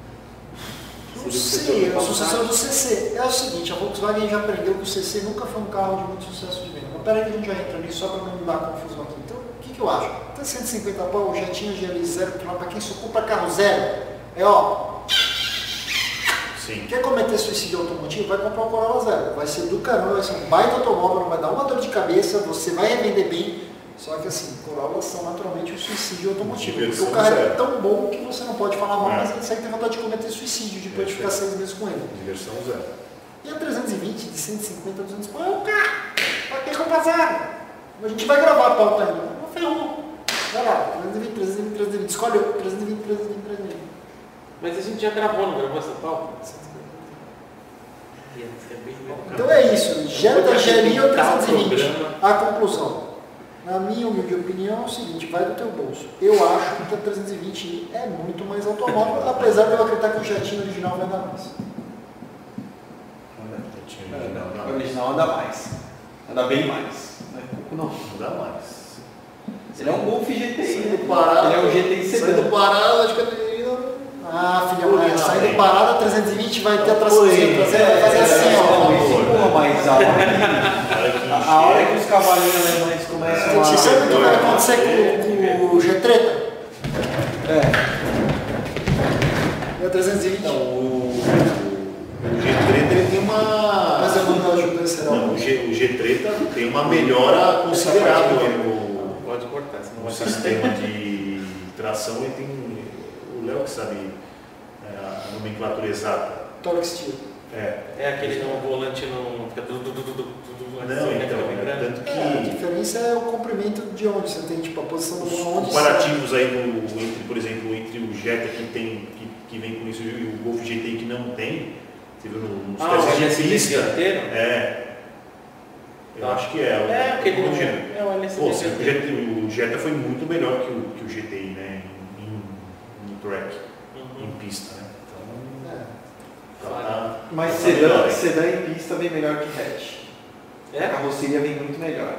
Não sei, é o sucessor do C C. É o seguinte, a Volkswagen já aprendeu que o C C nunca foi um carro de muito sucesso de venda. Mas peraí que a gente já entra nisso só para não dar confusão aqui. Então, o que, que eu acho? Até cento e cinquenta pau, já tinha G L zero quilômetro, para quem só compra carro zero, é ó, Sim. quer cometer suicídio automotivo, vai comprar um Corolla zero. Vai ser do caramba, vai ser um baita automóvel, não vai dar uma dor de cabeça, você vai revender bem. Só que assim, Corollas são naturalmente um suicídio automotivo. Porque Diversão o carro é zero. tão bom que você não pode falar mal, É. mas você tem vontade de cometer suicídio depois de É, ficar sim. seis meses com ele. Diversão zero. E a trezentos e vinte, de cento e cinquenta a duzentos, pô, é um carro. Pra que comprar zero? A gente vai gravar a pauta ainda. Não ferrou. Vai lá, trezentos e vinte, trezentos e vinte, trezentos e vinte. Escolhe outro, trezentos e vinte, trezentos e vinte, trezentos e vinte. Mas a gente já gravou, não gravou essa pauta? Ia ser bem legal. Então é isso. Jetta G L I ou Tal trezentos e vinte? programa. A conclusão. Na minha humilde opinião é o seguinte, vai do teu bolso. Eu acho que a trezentos e vinte é muito mais automóvel, apesar de eu acreditar que o Jetinho original vai dar mais. O original anda mais. Anda bem mais. Não é pouco não. Não dá mais. Ele é um Golf G T I, Saindo né? parada, Ele é um G T I Saindo sedã. parada, acho que a menina... Ah, filha, mas Não, saindo tem. parada, trezentos e vinte vai ter a tração Oi, traseira, vai fazer assim, É, ó. não, isso empurra mais a hora que, a, a hora que os cavalinhos alemães começam Você a... sabe o que vai acontecer com, com o G-Treta? É. E a trezentos e vinte? Não, o, o G-Treta ele tem uma... Mas eu não ajudo esse Não, o, G, o G-Treta tem uma melhora considerável no, Pode cortar, senão no vai sistema de tração. Ele tem... O Léo que sabe é, a nomenclatura exata. Torque Steel. É. É aquele no volante não fica du- du- du- du- du- du- assim, Não, né, então, fica é, vibrando. tanto É, a que diferença é o comprimento de onde você tem, tipo, a posição do os bom onde comparativos aí, no, entre, por exemplo, entre o Jetta que, tem, que, que vem com isso e o Golf G T I que não tem, você viu no- nos Ah, o testes L de S D pista. dianteiro? É. Eu Tá. acho que é. É, o- aquele o no- Jetta. é o L S D Pô, sim, o, dianteiro. Jetta, o Jetta foi muito melhor que o, que o G T I, né? Em, em track, Uhum. em pista, né? Então, É. tá, tá, Mas tá melhor, sedã, hein? sedã em pista vem melhor que hatch. A É? carroceria vem muito melhor.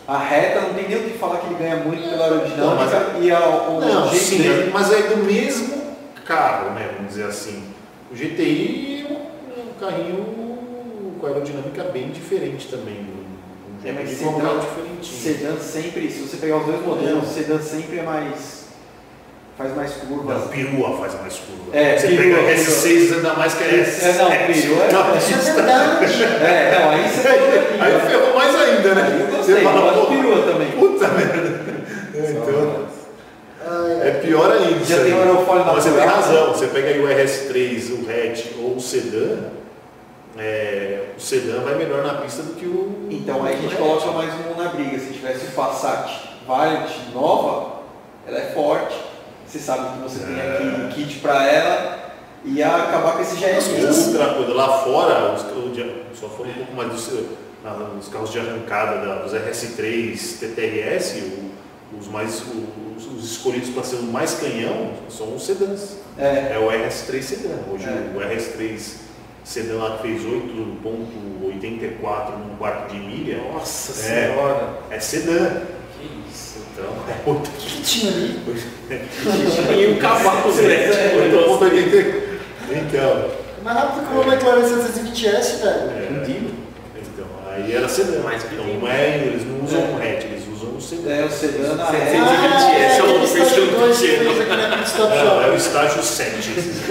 A reta não tem nem o que falar que ele ganha muito pela aerodinâmica não, e a, o não, jeito sim, dele. mas é do mesmo carro, né? Vamos dizer assim. O G T I é um, um carrinho com aerodinâmica bem diferente também. Um É, mas de sedã, sedã diferentinho. sedã sempre, se você pegar os dois modelos, o sedã sempre é mais. Faz mais curvas. Não, perua faz mais curva. É, você perua, pega a perua. S seis anda mais que a S É, sete. não, perua é- Não, Isso é verdade. É, não, aí você falou aqui, Aí ó. ferrou mais ainda, né? Aí eu gostei, Você eu fala, gosto pô, de perua também. puta merda. Então, Ah, é pior ainda. Já isso tem aí. o aerofólio Mas você tem natural. razão. Você pega aí o R S três, o hatch ou o sedã, é, o sedã vai melhor na pista do que o... Então aí a gente o coloca hatch. mais um na briga. Se tivesse o Passat Variant nova, ela é forte. Você sabe que você tem aqui kit para ela e ia acabar com esse G S. Outra coisa, lá fora, os carros de, só foram um pouco mais dos, os carros de arrancada da, dos R S três, T T R S, o, os, mais, os, os escolhidos para ser o mais canhão são os sedãs. É. É o R S três sedã. Hoje É. o R S três sedã lá que fez oito vírgula oitenta e quatro num quarto de milha. Nossa É. senhora. É sedã. Que isso. Então é oito O que tinha ali? E um cavalo vírgula oitenta e quatro. Então. Mais rápido que o McLaren setecentos e vinte S, velho. É, então, aí era sedã. Mais Então, pequeno. não é, eles não usam É. o hatch, eles usam o sedã. É, o sedã na Setecentos reta. e vinte S é o aquele estágio versão dois que pequeno. fez aqui na Pit Stop Não, é o Shop. estágio sete.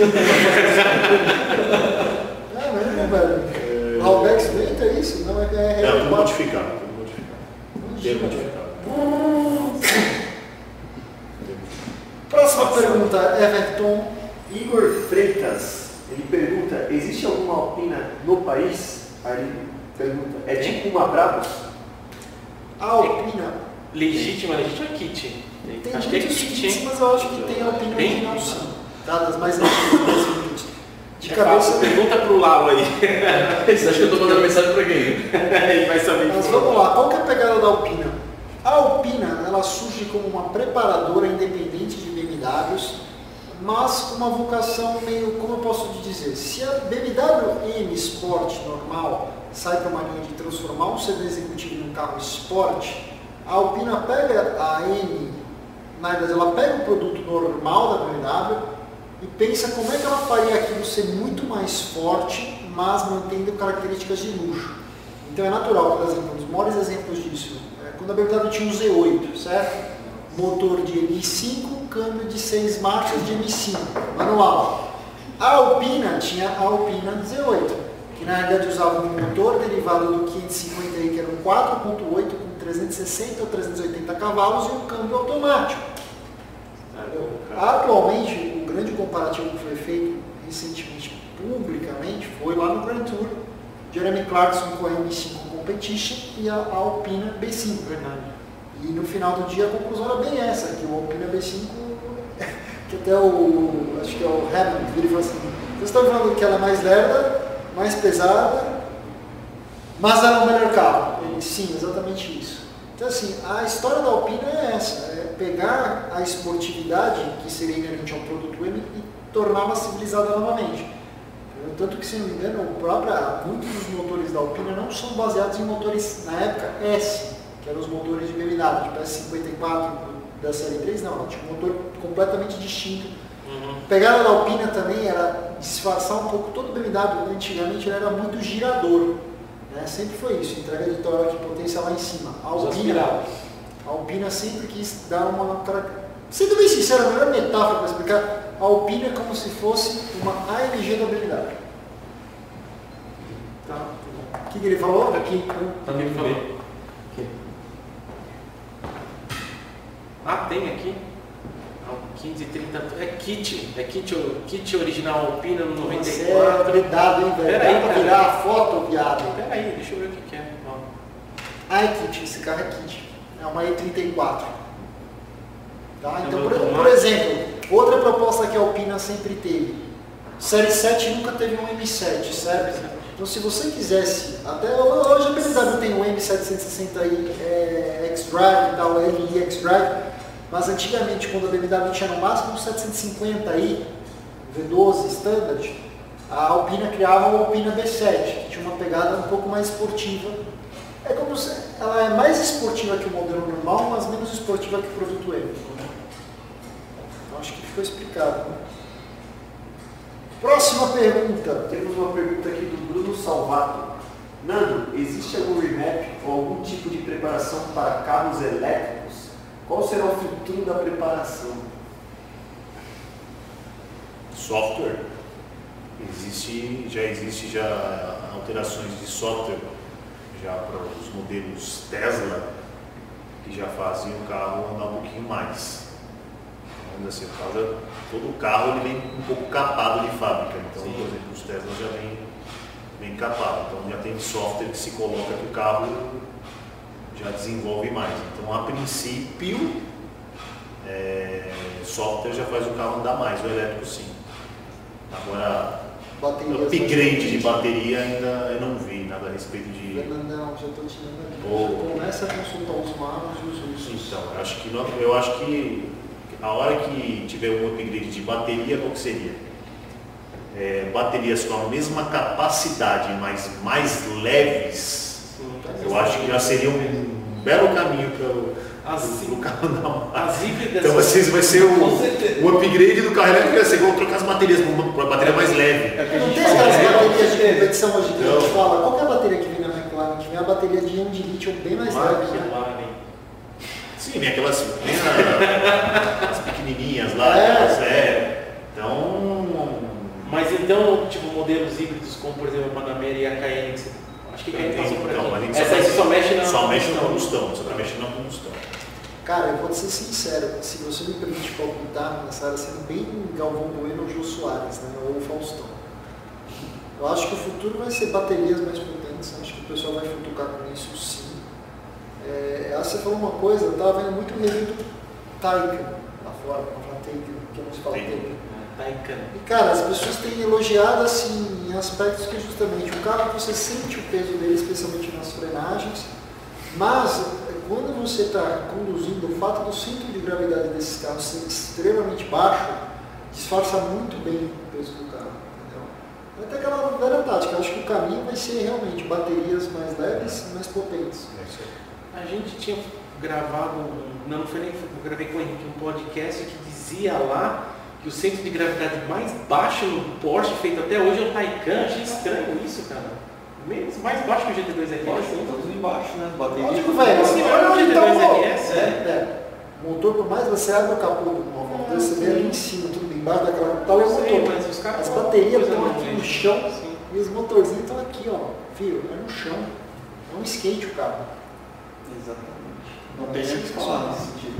É mesmo, velho. O Halbex vento é isso? Não, é é Não, tudo quatro. modificado. Tudo modificado. Tempo modificado. Próxima pergunta, Everton. Igor Freitas, ele pergunta, existe alguma Alpina no país? Aí ele pergunta, é tipo uma Brabus? A Alpina. Legítima, legítima é kit. Tem Acho que é muitos kit, kits, hein? mas eu acho que tem a Alpina Tem? original sim. Tá, das mais antigas, mais vintage. De É cabeça. fácil, pergunta pro Lau aí. Você acha que eu tô mandando mensagem pra quem? Ele vai saber. Mas vamos lá, qual que é a pegada da Alpina? A Alpina, ela surge como uma preparadora independente de B M Ws, mas com uma vocação meio, como eu posso te dizer, se a B M W M Sport normal sai para uma linha de transformar um sedã executivo num carro Sport, a Alpina pega a M, na verdade ela pega o produto normal da B M W e pensa como é que ela faria aquilo ser muito mais forte, mas mantendo características de luxo. Então é natural, por exemplo, um dos maiores exemplos disso, é quando a B M W tinha o Z oito, certo? Motor de M cinco, câmbio de seis marchas de M cinco, manual. A Alpina tinha a Alpina Z oito, que na realidade usava um motor derivado do quinhentos e cinquenta i, que era um quatro ponto oito com trezentos e sessenta ou trezentos e oitenta cavalos e um câmbio automático. Atualmente, o grande comparativo que foi feito recentemente publicamente foi lá no Grand Tour, Jeremy Clarkson com a M cinco Competition e a Alpina B cinco. Verdade. E no final do dia a conclusão era bem essa, que o Alpina B cinco, que até o, acho que é o Hammond, ele falou assim, vocês estão falando que ela é mais lerda, mais pesada, mas ela é o melhor carro. Ele, sim, exatamente isso. Então assim, a história da Alpina é essa, é pegar a esportividade que seria inerente ao produto M e torná-la civilizada novamente. Tanto que, se não me engano, o próprio, muitos dos motores da Alpina não são baseados em motores, na época, S, que eram os motores de B M W, tipo S cinquenta e quatro da série três, não, ela tinha um motor completamente distinto. Uhum. A pegada da Alpina também era disfarçar um pouco todo o B M W, antigamente ele era muito girador, né? Sempre foi isso, entrega de torque e potência lá em cima. A Alpina, a Alpina sempre quis dar uma... Sendo bem sincero, a melhor metáfora para explicar, a Alpina é como se fosse uma A M G da B M W. Tá? O que, que ele falou? Aqui. Tá no falou. Ah, tem aqui? quinze e trinta. É kit. É kit, kit original Alpina no noventa Você e é quatro. vedado, hein, velho? Pera Dá aí, pra cara. virar a foto, viado. Pera aí, deixa eu ver o que, que é. Ó. Ah, é kit, esse carro é kit. É uma E trinta e quatro. Tá? Então, por, automático. por exemplo, outra proposta que a Alpina sempre teve. Série sete nunca teve um M sete, certo? Então, se você quisesse, até hoje a B M W tem um M setecentos e sessenta i é, X-Drive e tal, L I X-Drive, mas antigamente, quando a B M W tinha no máximo um setecentos e cinquenta i, V doze Standard, a Alpina criava o Alpina B sete, que tinha uma pegada um pouco mais esportiva. É como se... ela é mais esportiva que o modelo normal, mas menos esportiva que o produto elétrico. Né? Então acho que ficou explicado. Né? Próxima pergunta. Temos uma pergunta aqui do Bruno Salvato. Nando, existe algum remap ou algum tipo de preparação para carros elétricos? Qual será o futuro da preparação? Software. Existe, já existe já alterações de software já para os modelos Tesla que já fazem o carro andar um pouquinho mais. Então, assim, o carro já, todo o carro ele vem um pouco capado de fábrica. Então, Sim. por exemplo, os Tesla já vem bem capado. Então já tem software que se coloca que o carro já desenvolve mais. Então, a princípio, é, software já faz o carro andar mais, o elétrico sim. Agora, baterias upgrade de bateria ainda eu não vi nada a respeito de... Não, já estou tirando aqui. Oh. Começa a consultar os mapas e os usos. Então, eu acho que, não, eu acho que a hora que tiver um upgrade de bateria, qual que seria? É, baterias com a mesma capacidade, mas mais leves, Sim, eu acho que já seria um belo caminho para o carro andar mais. Então vocês vai ser o, o upgrade do carro elétrico, você vai trocar as baterias para uma bateria mais leve. É não tem aquelas baterias de competição hoje que a gente fala, qual que é a bateria que vem na McLaren? Que vem a bateria de íon de lítio bem mais leve. Né? Sim, vem aquelas vem a, as pequenininhas lá, é. Aquelas, é. Então... Mas então, tipo, modelos híbridos como, por exemplo, a Panamera e a Cayenne, que você, acho que a Cayenne passou por então, aqui. Essa aí só mexe na Só mexe na combustão, você vai mexer na combustão. Cara, eu vou te ser sincero, se você me permite palpitar nessa área, sendo bem Galvão Bueno ou Jô Soares, né, ou Faustão. Eu acho que o futuro vai ser baterias mais potentes, acho que o pessoal vai futucar com isso sim. É, você falou uma coisa, eu estava vendo muito o review do Taycan lá fora, não Taycan, que não se fala Taycan. E cara, as pessoas têm elogiado assim, em aspectos que justamente o carro você sente o peso dele, especialmente nas frenagens, mas quando você está conduzindo, o fato do centro de gravidade desses carros ser extremamente baixo, disfarça muito bem o peso do carro. Entendeu? Vai ter aquela velha tática, eu acho que o caminho vai ser realmente baterias mais leves e mais potentes. A gente tinha gravado, não, não foi nem, eu gravei com o Henrique um podcast que dizia lá que o centro de gravidade mais baixo no Porsche feito até hoje é o Taycan. Achei estranho isso, cara. Menos, mais baixo que o G T dois R S. Sim, todos embaixo, né? Bateria. Lógico, velho. Assim, olha o G T dois R S. É, é. Motor, por mais você abre o capô do móvel, você vê ali em cima, tudo embaixo daquela tal, é o motor. Mas os caras As baterias estão não, aqui gente. no chão Sim. e os motorzinhos estão aqui, ó. Fio, é no chão. É um skate o carro. Exatamente. Não tem nem o que falar nesse sentido.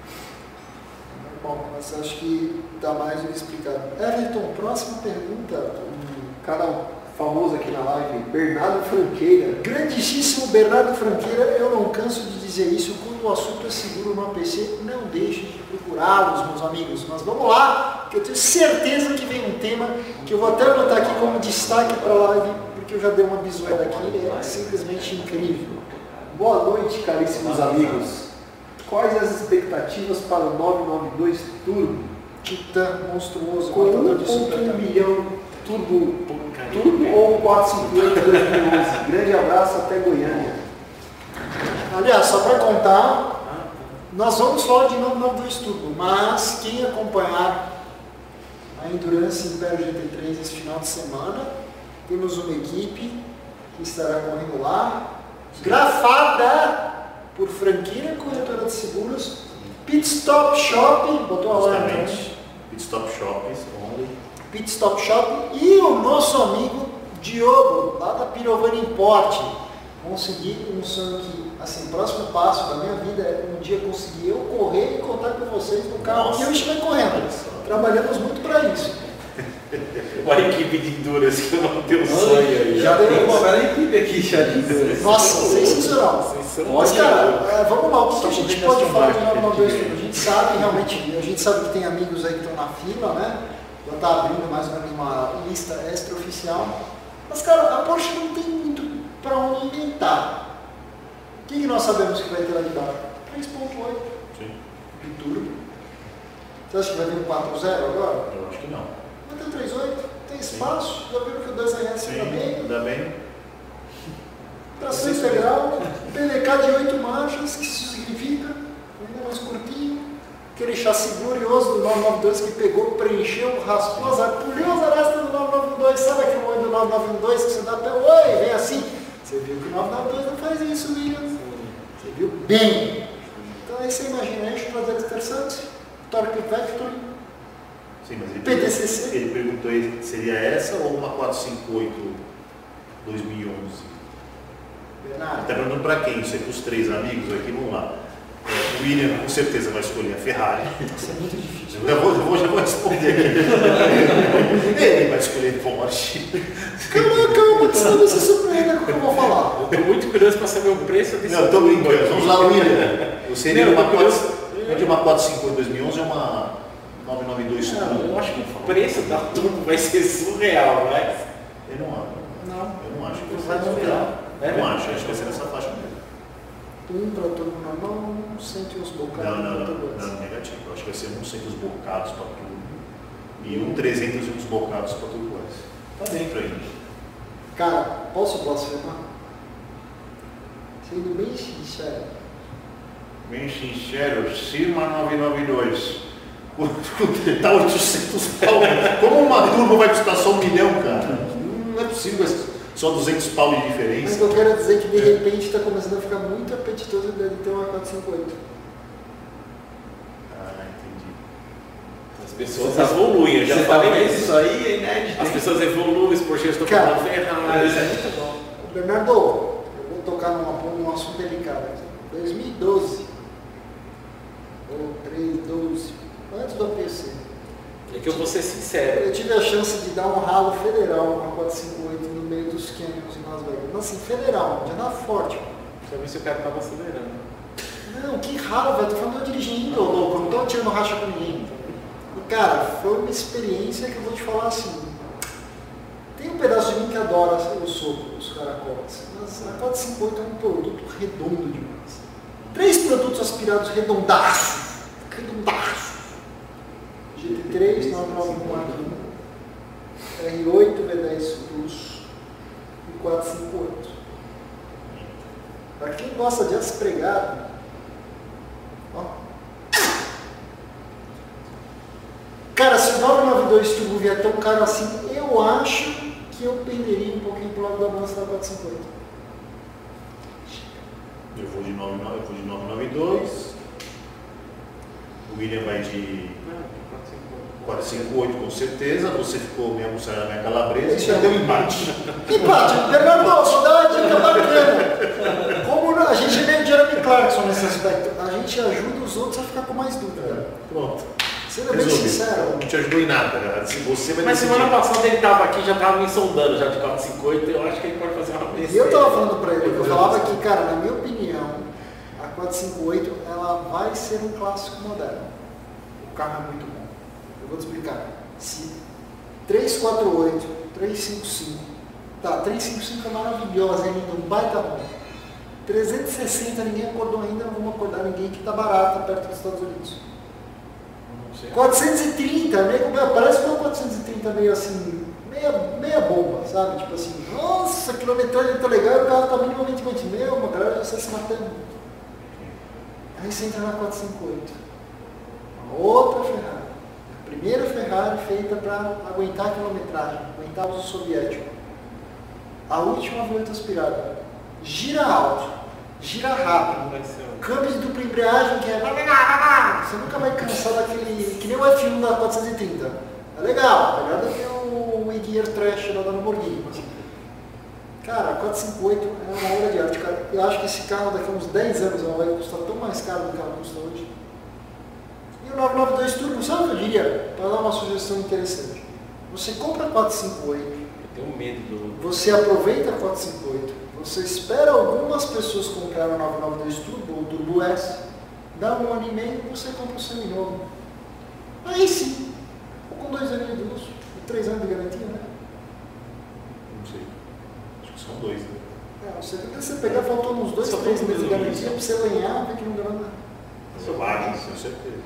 Bom, mas acho que está mais do que explicado. Everton, próxima pergunta. Um cara famoso aqui na live, Bernardo Franqueira. Grandíssimo Bernardo Franqueira, eu não canso de dizer isso, quando o assunto é seguro no A P C, não deixem de procurá-los, meus amigos. Mas vamos lá, que eu tenho certeza que vem um tema que eu vou até botar aqui como destaque para a live, porque eu já dei uma bisoada aqui, ele é simplesmente incrível. Boa noite, caríssimos amigos. Quais as expectativas para o novecentos e noventa e dois Turbo? Titã monstruoso, com um ponto um milhão Turbo, Turbo ou quatrocentos e cinquenta dois mil e onze? Grande abraço, até Goiânia. Aliás, só para contar, nós vamos falar de novo noventa e dois Turbo, mas quem acompanhar a Endurance Império G T três esse final de semana, temos uma equipe que estará correndo lá, grafada por Franqueira, corretora de seguros, Pit Stop Shop, botou a hora também. Pit Stop Shop, only. Pit Stop Shop e o nosso amigo Diogo, lá da Pirovani Import. Consegui um sonho que, assim, próximo passo da minha vida é um dia conseguir eu correr e contar com vocês no carro Nossa. que eu estiver correndo. Trabalhamos muito para isso. Uma equipe de Endurance que não tem um sonho aí. Já tem uma bela equipe aqui já de Endurance. Nossa, sensacional. Mas cara, vamos lá, o que a gente pode falar de novecentos e noventa e dois? A gente sabe realmente, a gente sabe que tem amigos aí que estão na fila, né? Já está abrindo mais ou menos uma lista extraoficial. Mas cara, a Porsche não tem muito para onde inventar. O que, que nós sabemos que vai ter lá de baixo? três ponto oito. Sim. De turbo. Você acha que vai vir um quatro zero agora? Eu acho que não. Vai ter um três ponto oito, tem espaço, Sim. já viram que o dois R S anda bem. Anda bem. Tração integral. P D K de oito marchas, que isso significa? Ainda mais curtinho. Aquele chassi glorioso do nove nove dois que pegou, preencheu, raspou as arestas, puliu as arestas do nove nove dois. Sabe aquele oi do nove nove dois que você dá até oi, vem assim? Você viu que o nove nove dois não faz isso, Williams. Você viu bem. Então aí você imagina, enche prazeres terçantes, Torque Vector. Sim, mas ele, P D C C. Ele perguntou aí, seria essa ou uma quatrocentos e cinquenta e oito dois mil e onze? Bernardo. Está perguntando para quem? Isso é para os três amigos aqui, vamos lá. É, o William com certeza vai escolher a Ferrari. Isso é muito difícil. Eu já vou, já vou, já vou responder aqui. Ele vai escolher Porsche. Calma, calma, que senão você surpreenda com o que eu vou falar. Eu estou muito curioso para saber o preço desse. Não, estou brincando. Vamos lá, William. Você seria uma curioso. uma quatrocentos e cinquenta e oito dois mil e onze ou uma nove nove dois Turbo? Eu acho que o preço da Turbo vai ser surreal, mas... Eu não acho. Não. Eu não acho que Não vai vai ser surreal. mudar. É, Eu não né? acho, acho que vai ser nessa faixa mesmo. Um para turbo normal, um cento e uns bocados. Não, não, não, turbo S. não, negativo. Eu acho que vai ser uns cento bocados para tudo e um trezentos e uns bocados para tudo S. Tá dentro aí. Cara, posso blasfemar? Sendo bem sincero. Bem sincero, Cima nove nove dois. Tá oitocentos pau. Como uma turbo vai custar só um milhão, cara? Não é possível, só duzentos pau de Mas diferença. eu quero dizer que de repente está começando a ficar muito apetitoso de ter uma quatrocentos e cinquenta e oito. Ah, entendi. As pessoas evoluem, eu já Você falei tá vendo isso. isso aí, é inédito. As hein? pessoas evoluem, os Porsche estão Cara, comprando Ferrari. Isso é muito bom. Bernardo, eu vou tocar numa, num assunto delicado aqui. dois mil e doze, ou treze, doze, antes do A P C, É que eu vou ser sincero. eu tive a chance de dar um ralo federal com a quatrocentos e cinquenta e oito no meio dos canyons em Las Vegas. Mas assim, federal, já dá forte. Pra ver se o cara tava acelerando. Não, que ralo, velho. Tô falando eu dirigindo, ô louco. Eu não tô tirando racha com ninguém. E cara, foi uma experiência que eu vou te falar assim. Tem um pedaço de mim que adora o soco, os caracoles. Mas a quatrocentos e cinquenta é um produto redondo demais. Três produtos aspirados redondaços. Redondaços. G T três, nove nove um, R oito, V dez Plus e quatrocentos e cinquenta e oito. Para quem gosta de aspregado, ó. Cara, se o nove nove dois Turbo vier tão caro assim, eu acho que eu penderia um pouquinho pro lado da balança da quatrocentos e cinquenta. Eu vou de nove nove dois. O William vai de quatrocentos e cinquenta e oito com certeza. Você ficou meio almoçando na minha calabresa e já deu empate. Empate, Bernardo, só dá uma dica bacana. Como a gente é meio Jeremy Clarkson nesse aspecto, a gente ajuda os outros a ficar com mais dúvida. Pronto. Sendo bem Resolvi. sincero. Não te ajudou em nada, cara. Se você vai Mas decidir. semana passada ele tava aqui, já tava me sondando já de quatrocentos e cinquenta, eu acho que ele pode fazer uma E besteira. eu tava falando pra ele, eu falava que, cara, na minha opinião, a quatrocentos e cinquenta e oito ela vai ser um clássico moderno. O carro é muito bom. Eu vou te explicar. Se trezentos e quarenta e oito, trezentos e cinquenta e cinco, tá, trezentos e cinquenta e cinco é maravilhosa, é ainda um baita bom. trezentos e sessenta ninguém acordou ainda, não vamos acordar ninguém que tá barata perto dos Estados Unidos. quatrocentos e trinta, meio, parece que é um quatrocentos e trinta meio assim, meia, meia bomba, sabe? Tipo assim, nossa, a quilometragem tá legal, o carro tá minimamente muito meu, uma galera já está se matando. Aí você entra na quatrocentos e cinquenta e oito, uma outra Ferrari. A primeira Ferrari feita para aguentar a quilometragem, aguentar o uso soviético. A última V oito aspirada. Gira alto, gira rápido. Vai ser um- Câmbio de dupla embreagem que é... Você nunca vai cansar daquele... Que nem o F um da quatrocentos e trinta. É legal, melhor do que o Gear Trash lá da Lamborghini. Mas... Cara, a quatrocentos e cinquenta e oito é uma obra de arte. Cara. Eu acho que esse carro daqui a uns dez anos ela vai custar tão mais caro do que ela custa hoje. E o nove nove dois Turbo, sabe o que eu diria? Para dar uma sugestão interessante. Você compra a quatrocentos e cinquenta e oito, Eu tenho medo do. você aproveita a quatrocentos e cinquenta e oito, você espera algumas pessoas comprarem o nove nove dois Turbo ou o Turbo S, dá um ano e meio e você compra o seminovo. Aí sim, ou com dois anos de uso e três anos de garantia, né? Não sei. Acho que são dois, né? É, você tem que você pegar, faltou uns dois, Só três falta meses de dois garantia para anos. você ganhar, ver que não ganhou nada. Eu acho, com certeza.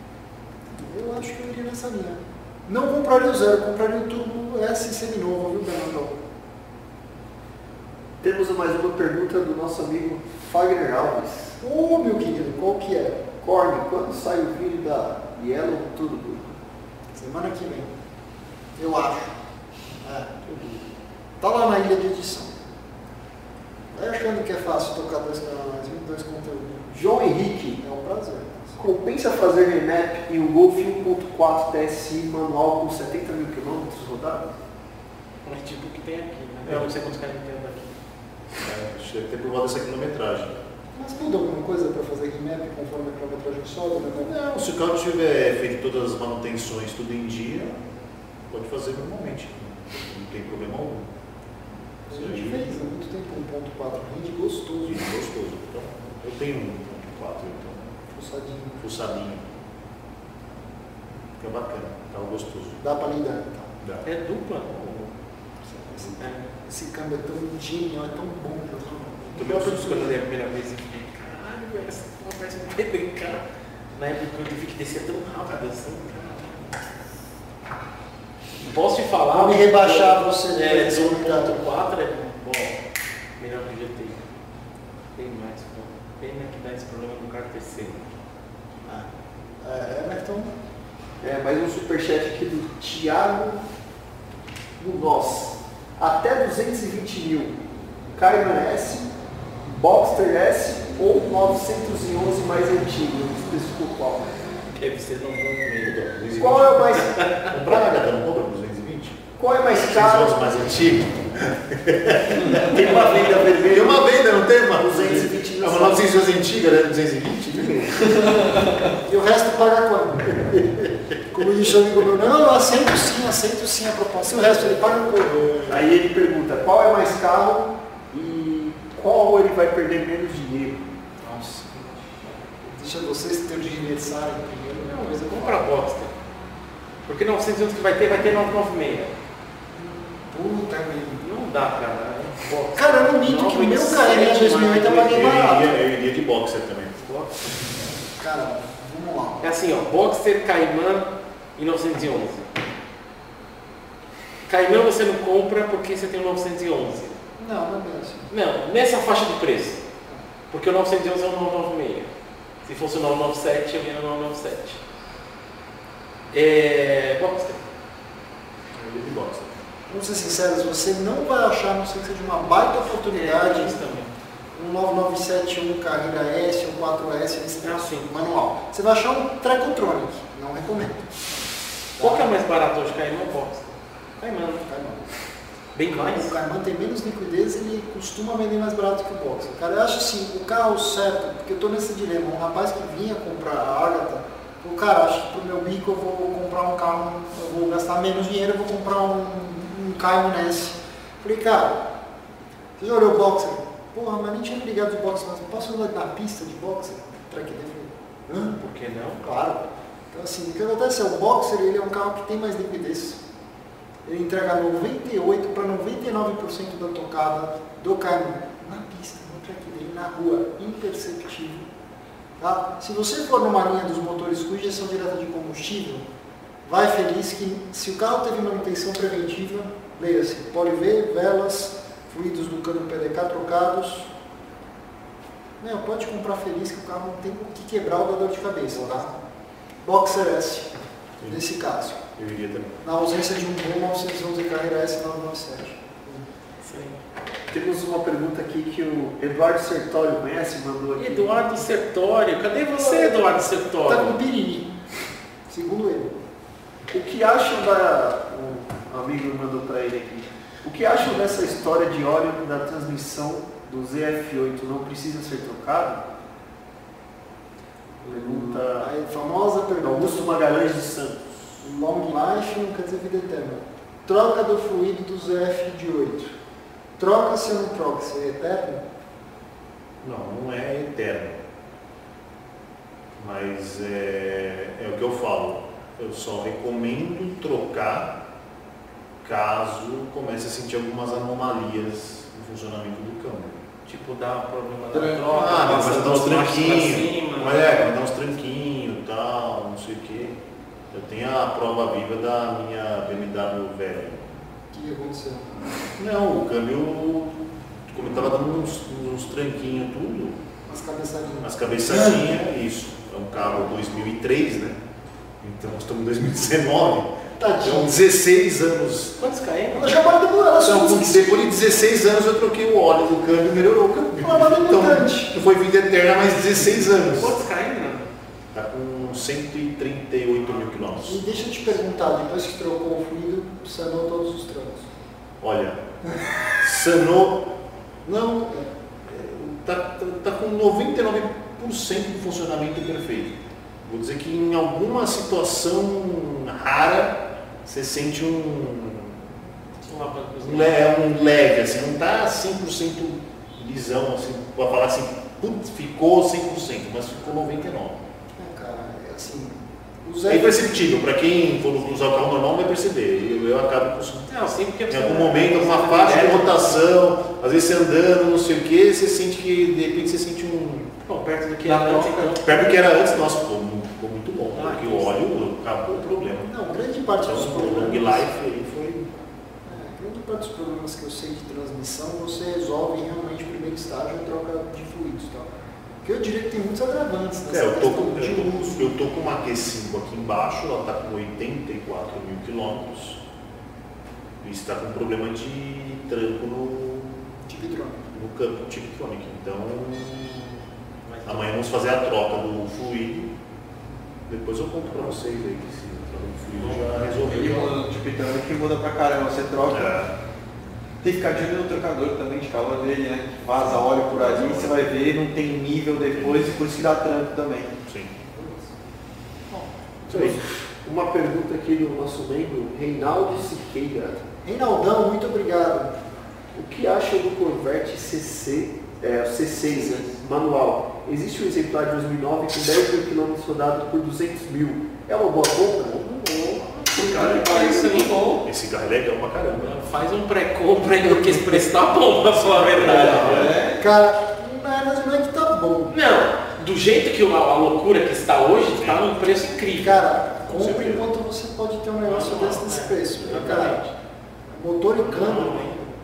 Eu acho que eu iria nessa linha. Não compraria o zero, compraria o Turbo S seminovo, viu, Bernardo? Temos mais uma pergunta do nosso amigo Fagner Alves. Ô, meu querido, qual que é? Corne, quando sai o vídeo da Yellow Turbo? Semana que vem. Eu acho. É. Tá lá na ilha de edição. Vai achando que é fácil tocar dois canais, dois conteúdos. João Henrique, É um prazer. compensa fazer remap em um Golf um ponto quatro T S I manual com setenta mil quilômetros rodados? É tipo o que tem aqui, né? Eu não sei quantos caras tem aqui. É, acho que deve ter por volta dessa quilometragem. Mas muda alguma coisa para fazer remap conforme a quilometragem sobe? Né? Não, se o carro tiver feito todas as manutenções tudo em dia, pode fazer normalmente. Não tem problema algum. A gente fez há muito tempo um ponto quatro, rende gostoso. E gostoso. Então, eu tenho um ponto quatro, então. Fuçadinho. Fuçadinho. Fica bacana, tá gostoso. Dá para lidar então. Dá. É dupla? Esse, É. esse câmbio é tão genial, é tão bom. Eu penso quando eu dei a primeira vez e falei, caralho, velho, essa porra parece um vai brincar. Na época eu vi que descia tão rápido assim, cara. Posso te falar? Vou me rebaixar você. É, de do um ponto quatro é bom. Melhor que o G T. Tem mais, pô. Pena que dá esse problema no carro terceiro. Ah, é, Everton. É, mais um superchat aqui do Thiago Munoz. Até duzentos e vinte mil. Cayman S, Boxster S ou novecentos e onze mais antigo? Não especificou qual. Deve ser no meio. Qual é o mais, Comprar na Gata não compra duzentos e vinte? qual é mais Os caro? mais antigos? Tem uma venda vermelha. Tem uma venda, não tem uma? duzentos e vinte mil. É uma novecentos e onze antiga, né? duzentos e vinte? E o resto paga quando? Como disse o amigo meu, não, eu aceito sim, aceito sim a proposta. E o resto ele paga quando? Aí ele pergunta qual é mais caro e qual ele vai perder menos dinheiro. Nossa. Deixa vocês terem de aniversário primeiro. Não, mas eu vou comprar Boxster. Porque novecentos e onze que vai ter, vai ter novecentos e noventa e seis. Puta merda. Não dá, cara. É Boxster. Cara, eu não minto que o meu K M dois mil e oito eu paguei Eu barato. iria, eu iria de boxer também. Cara, vamos lá. É assim, ó, Boxster, Cayman e novecentos e onze. Cayman você não compra porque você tem o novecentos e onze. Não, não é bem assim. Não, nessa faixa de preço. Porque o novecentos e onze é o novecentos e noventa e seis. Se fosse o novecentos e noventa e sete, eu ia no novecentos e noventa e sete. É... Boxster. Eu iria de boxer. Vamos ser sinceros, você não vai achar, a não ser que seja uma baita oportunidade, É, isso também. um nove nove sete um Carreira S, um quatro S, esse Ah, sim. manual. Você vai achar um Trecotronic, não recomendo. Qual que é mais barato hoje, Cayman ou Boxster? Cayman. Cayman. Bem mais? O Cayman tem menos liquidez, ele costuma vender mais barato que o Boxer. Cara, eu acho assim, o carro certo, porque eu estou nesse dilema, um rapaz que vinha comprar a Ágata, o cara, acho que pro meu bico eu vou comprar um carro, eu vou gastar menos dinheiro, eu vou comprar um, um Cayman S. Falei, cara, você já olhou o Boxer? Porra, mas nem tinha me ligado de Boxer, mas posso andar na pista de Boxer? Track dele. Hã? Por que não? Claro. Então assim, o que acontece é o Boxer, ele é um carro que tem mais liquidez. Ele entrega noventa e oito para noventa e nove por cento da tocada do Cayman na pista, no track dele, na rua, imperceptível. Tá? Se você for numa linha dos motores com injeção direta de combustível, vai feliz que se o carro teve manutenção preventiva, leia-se, Poliv, velas, fluidos do câmbio P D K trocados, não, pode comprar feliz que o carro não tem o que quebrar ou dar dor de cabeça. Tá? Boxer S, nesse caso. Eu iria também. Na ausência de um bom novecentos e onze Carreira S novecentos e noventa e sete. Sim. Temos uma pergunta aqui que o Eduardo Sertório conhece, mandou aqui. Eduardo Sertório, cadê você, Eduardo Está com Sertório? piriri, segundo ele. O que acham da... O amigo mandou para ele aqui. O que acham dessa história de óleo da transmissão do Z F oito? Não precisa ser trocado? Pergunta A famosa pergunta Augusto Magalhães de Santos. long life não quer dizer vida eterna. Troca do fluido do Z F de oito. Troca se ou não troca? Se é eterno? Não, não é eterno. Mas é, é o que eu falo. Eu só recomendo trocar caso comece a sentir algumas anomalias no funcionamento do câmbio. Tipo, dá problema da Tranco. troca, Ah, não, passa mas dá uns dos baixos pra tranquinhos. cima. Mas é, vai dar uns tranquinhos e tal, não sei o quê. Eu tenho a prova viva da minha B M W velha. O que aconteceu? Não, o câmbio como ele estava dando uns, uns tranquinhos tudo. As cabeçadinhas. As cabeçadinhas, isso. É um carro dois mil e três, né? Então nós estamos em dois mil e dezenove. Então dezesseis anos. Quantos km? Ela já pode demorar. Então, depois de dezesseis anos eu troquei o óleo do câmbio e melhorou o câmbio. Então não foi vida eterna, mas dezesseis anos. Quantos km, né? Está com cento e trinta e oito mil quilômetros. E deixa eu te perguntar, depois que trocou o fluido, sanou todos os trancos? Olha, sanou. Não, está tá, tá com noventa e nove por cento de funcionamento perfeito. Vou dizer que em alguma situação rara você sente um, um, le, um leve, assim, não está cem por cento lisão, assim, para falar assim, putz, ficou cem por cento, mas ficou noventa e nove por cento. É, cara, é assim. É imperceptível, para quem for usar o carro normal vai perceber, eu, eu acabo com não, sim, porque em algum momento, alguma faixa de rotação, às vezes você andando, não sei o que, você sente que, de repente você sente um... Bom, perto do que era antes, então. Perto do que era antes, nossa, ficou, ficou muito bom, ah, porque o óleo acabou o problema. Não, grande parte então, dos o problemas... long life aí foi... É, grande parte dos problemas que eu sei de transmissão, você resolve realmente no primeiro estágio a troca de fluidos, tá? Porque eu diria que tem muitos agravantes nessa é, eu tô questão com, de eu tô, uso. eu tô com uma Q cinco aqui embaixo, ela está com oitenta e quatro mil quilômetros e está com um problema de tranco no, no campo Tiptronic. Então, amanhã vamos fazer a troca do fluido. Depois eu conto para vocês aí que se o fluido já resolveu. Ele muda no Tiptronic que muda pra caramba, você troca. É. Tem que ficar de olho no trocador também de calor dele, né? Vaza óleo por ali, você vai ver, não tem nível depois e por isso que dá tranco também. Sim. Bom, isso aí. Uma pergunta aqui do nosso membro, Reinaldo Siqueira. Reinaldão, muito obrigado. O que acha do Corvette C C, é, C seis, né, manual? Existe um exemplar de dois mil e nove com dez mil quilômetros rodados por duzentos mil. É uma boa compra? Esse cara parece muito bom. Esse carro é legal pra caramba. Faz um pré-compra aí, porque esse preço tá bom, pra falar a verdade. É. Cara, mas não é que tá bom. Não, do jeito que a, a loucura que está hoje, está num preço incrível. Cara, compre enquanto você pode ter um negócio não, desse não, nesse é, preço. Cara, motor e câmbio.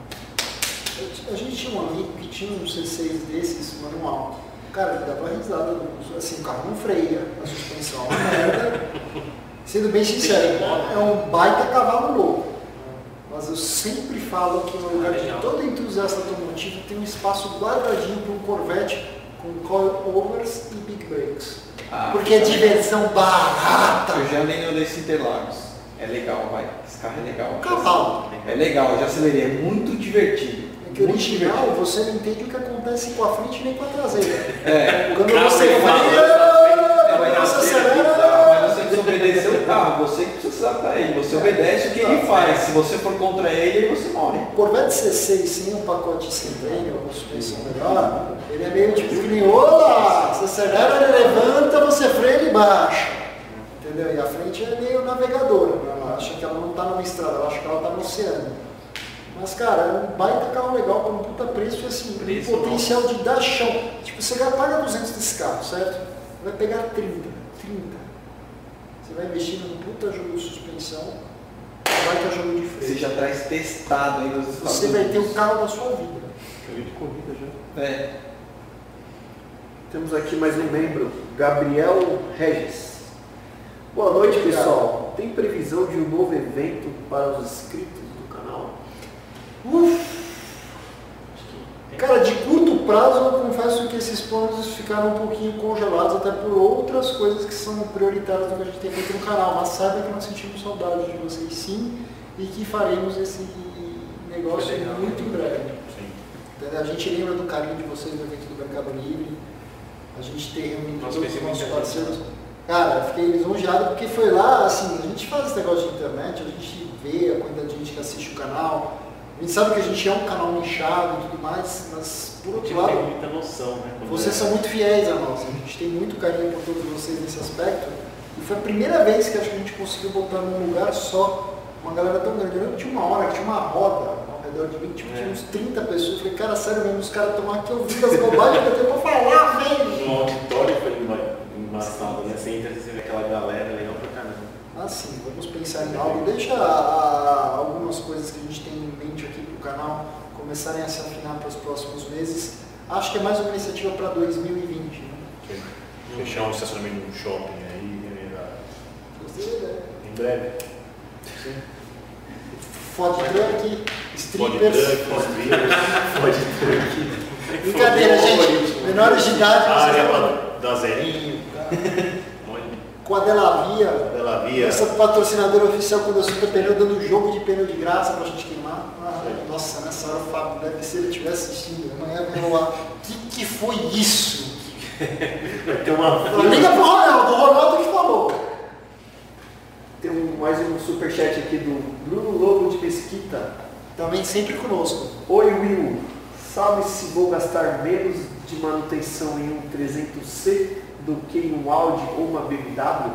A gente tinha um amigo que tinha um C seis desses manual. Cara, ele dava risada. Assim, o carro não freia, a suspensão é uma merda. Sendo bem sincero, é um baita cavalo louco. Mas eu sempre falo que no lugar de todo entusiasta automotivo tem um espaço quadradinho para um Corvette com coilovers e big brakes. Ah, porque é diversão barata. Eu já nem andei esse Interlagos. É legal, vai. Esse carro é legal. Um cavalo. É legal, eu já acelerei. É muito divertido. É que original divertido. Você não entende o que acontece com a frente nem com a traseira. É. Quando você freia, quando você acelera... Você obedecer o carro, você que precisa se adaptar a ele, você é, obedece o que ele faz, se você for contra ele, você morre. O Corvette C seis sem um pacote centênio ou suspensão melhor, ele é meio tipo que nem, olá, você acelera, ele levanta, você freia e baixa, entendeu? E a frente é meio navegadora, ela acha que ela não está numa estrada, ela acha que ela está no oceano. Mas cara, é um baita carro legal, com um puta preço e assim, preço, um potencial não. De dar chão. Tipo, você paga duzentos desse carro, certo? Vai pegar trinta, trinta. Você vai investir num puta jogo de suspensão, vai ter jogo de freio. Você já traz testado aí nos Estados Você vai ter o carro da sua vida. Carro de corrida já. É. Temos aqui mais um membro, Gabriel Regis. Boa noite, Obrigado. Pessoal. Tem previsão de um novo evento para os inscritos do canal? Uf. Cara, de curto prazo eu confesso que esses planos ficaram um pouquinho congelados até por outras coisas que são prioritárias do que a gente tem feito no canal, mas saiba que nós sentimos saudade de vocês sim e que faremos esse negócio legal, muito em breve. Sim. A gente lembra do carinho de vocês no evento do Mercado Livre, a gente tem reunido todos os nossos parceiros. Cara, eu fiquei lisonjeado porque foi lá, assim, a gente faz esse negócio de internet, a gente vê a quantidade de gente que assiste o canal. A gente sabe que a gente é um canal nichado e tudo mais, mas por outro lado, tem muita noção, né? Vocês é... são muito fiéis a nós, a gente tem muito carinho por todos vocês nesse aspecto. E foi a primeira vez que acho que a gente conseguiu botar num lugar só uma galera tão grande. Eu lembro que tinha uma hora, que tinha uma roda ao redor de mim, tipo, é. tinha uns trinta pessoas. Eu falei, cara, sério mesmo, os caras estão aqui ouvindo as bobagens que eu tenho pra falar, velho. No auditório foi embaçado, né? Você entra e você vê aquela galera legal pra caramba. Ah, sim, vamos pensar em algo. Deixa a, a, algumas coisas que a gente tem em mente aqui pro canal, como começarem a se afinar para os próximos meses. Acho que é mais uma iniciativa para dois mil e vinte. Né? Fechar um estacionamento de um shopping aí, Gostei da ideia. em breve. Sim. Food truck, Pode strippers. Pode truck. Brincadeira, gente. Menores de idade. A área vocês- pra dar zerinho, Com a Delavia. ela via. Essa patrocinadora oficial quando eu sou pneu, dando jogo de pneu de graça pra gente queimar. Ah, nossa, nessa hora o Fábio deve ser, ele estiver assistindo. Amanhã vem lá. O que, que foi isso? Vai ter uma Liga pro Ronaldo, o Ronaldo que falou. Tem um, mais um superchat aqui do Bruno Lobo de Mesquita. Também sempre conosco. Oi Will, sabe se vou gastar menos de manutenção em um trezentos C do que em um Audi ou uma B M W?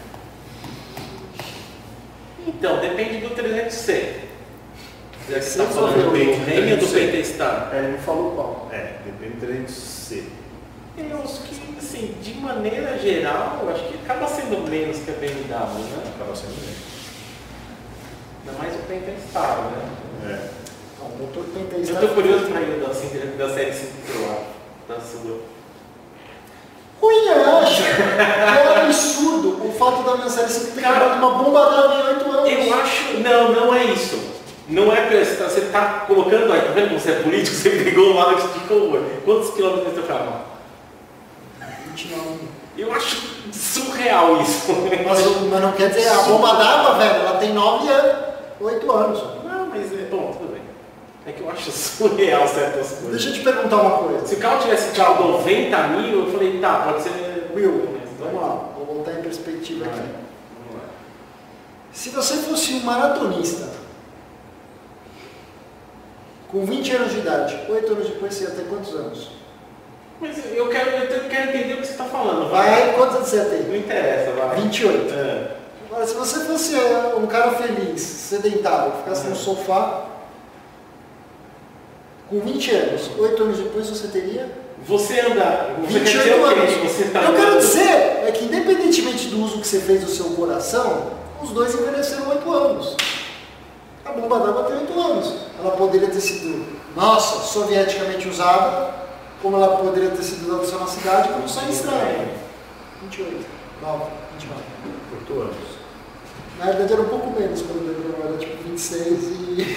Então, depende do trezentos C. Já que você está Sim, falando do só viu. Remy ou do trezentos C. Pentestar? É, ele não falou qual. É, depende do trezentos C. Eu acho que, assim, de maneira geral, eu acho que acaba sendo menos que a B M W, né? Acaba sendo bem. Ainda mais o Pentestar, né? É. Não, o motor Eu Pentestar. tô curioso para ir da, assim, da série cinco pro ar, da sua. Ruim, eu acho. É um absurdo o fato da minha série cinco ter Cara, quebrado uma bomba d'água em oito anos. Eu acho. Não, não é isso. Não é que você tá, você tá colocando aí, tá vendo como você é político? Você pegou lá e ficou. Quantos quilômetros tem seu carro? vinte e nove. Eu acho surreal isso. Mas, mas não quer dizer, a bomba d'água, velho, ela tem nove anos, oito anos. Não, mas é bom, tudo bem. É que eu acho surreal certas coisas. Deixa eu te perguntar uma coisa. Se o carro tivesse tipo noventa mil, eu falei, tá, pode ser. Will, Então, vamos lá, vou voltar em perspectiva aqui. Vamos lá. Se você fosse um maratonista, com vinte anos de idade, oito anos depois você ia ter quantos anos? Mas eu quero, eu quero entender o que você está falando. Vai, quantos anos você ia ter? Não interessa, vai. vinte e oito. É. Agora, se você fosse é, um cara feliz, sedentário, ficasse no sofá, com vinte anos, oito anos depois você teria Você anda. Você quer vinte e dizer oito o quê? anos. Você tá Eu quero andando- dizer é que, independentemente do uso que você fez do seu coração, os dois envelheceram oito anos. A bomba d'água tem oito anos. Ela poderia ter sido, nossa, sovieticamente usada, como ela poderia ter sido usada só na cidade, como só em estrada. vinte e oito, nove, vinte e nove. oito anos. Na verdade era um pouco menos quando eu lembro, era tipo vinte e seis e.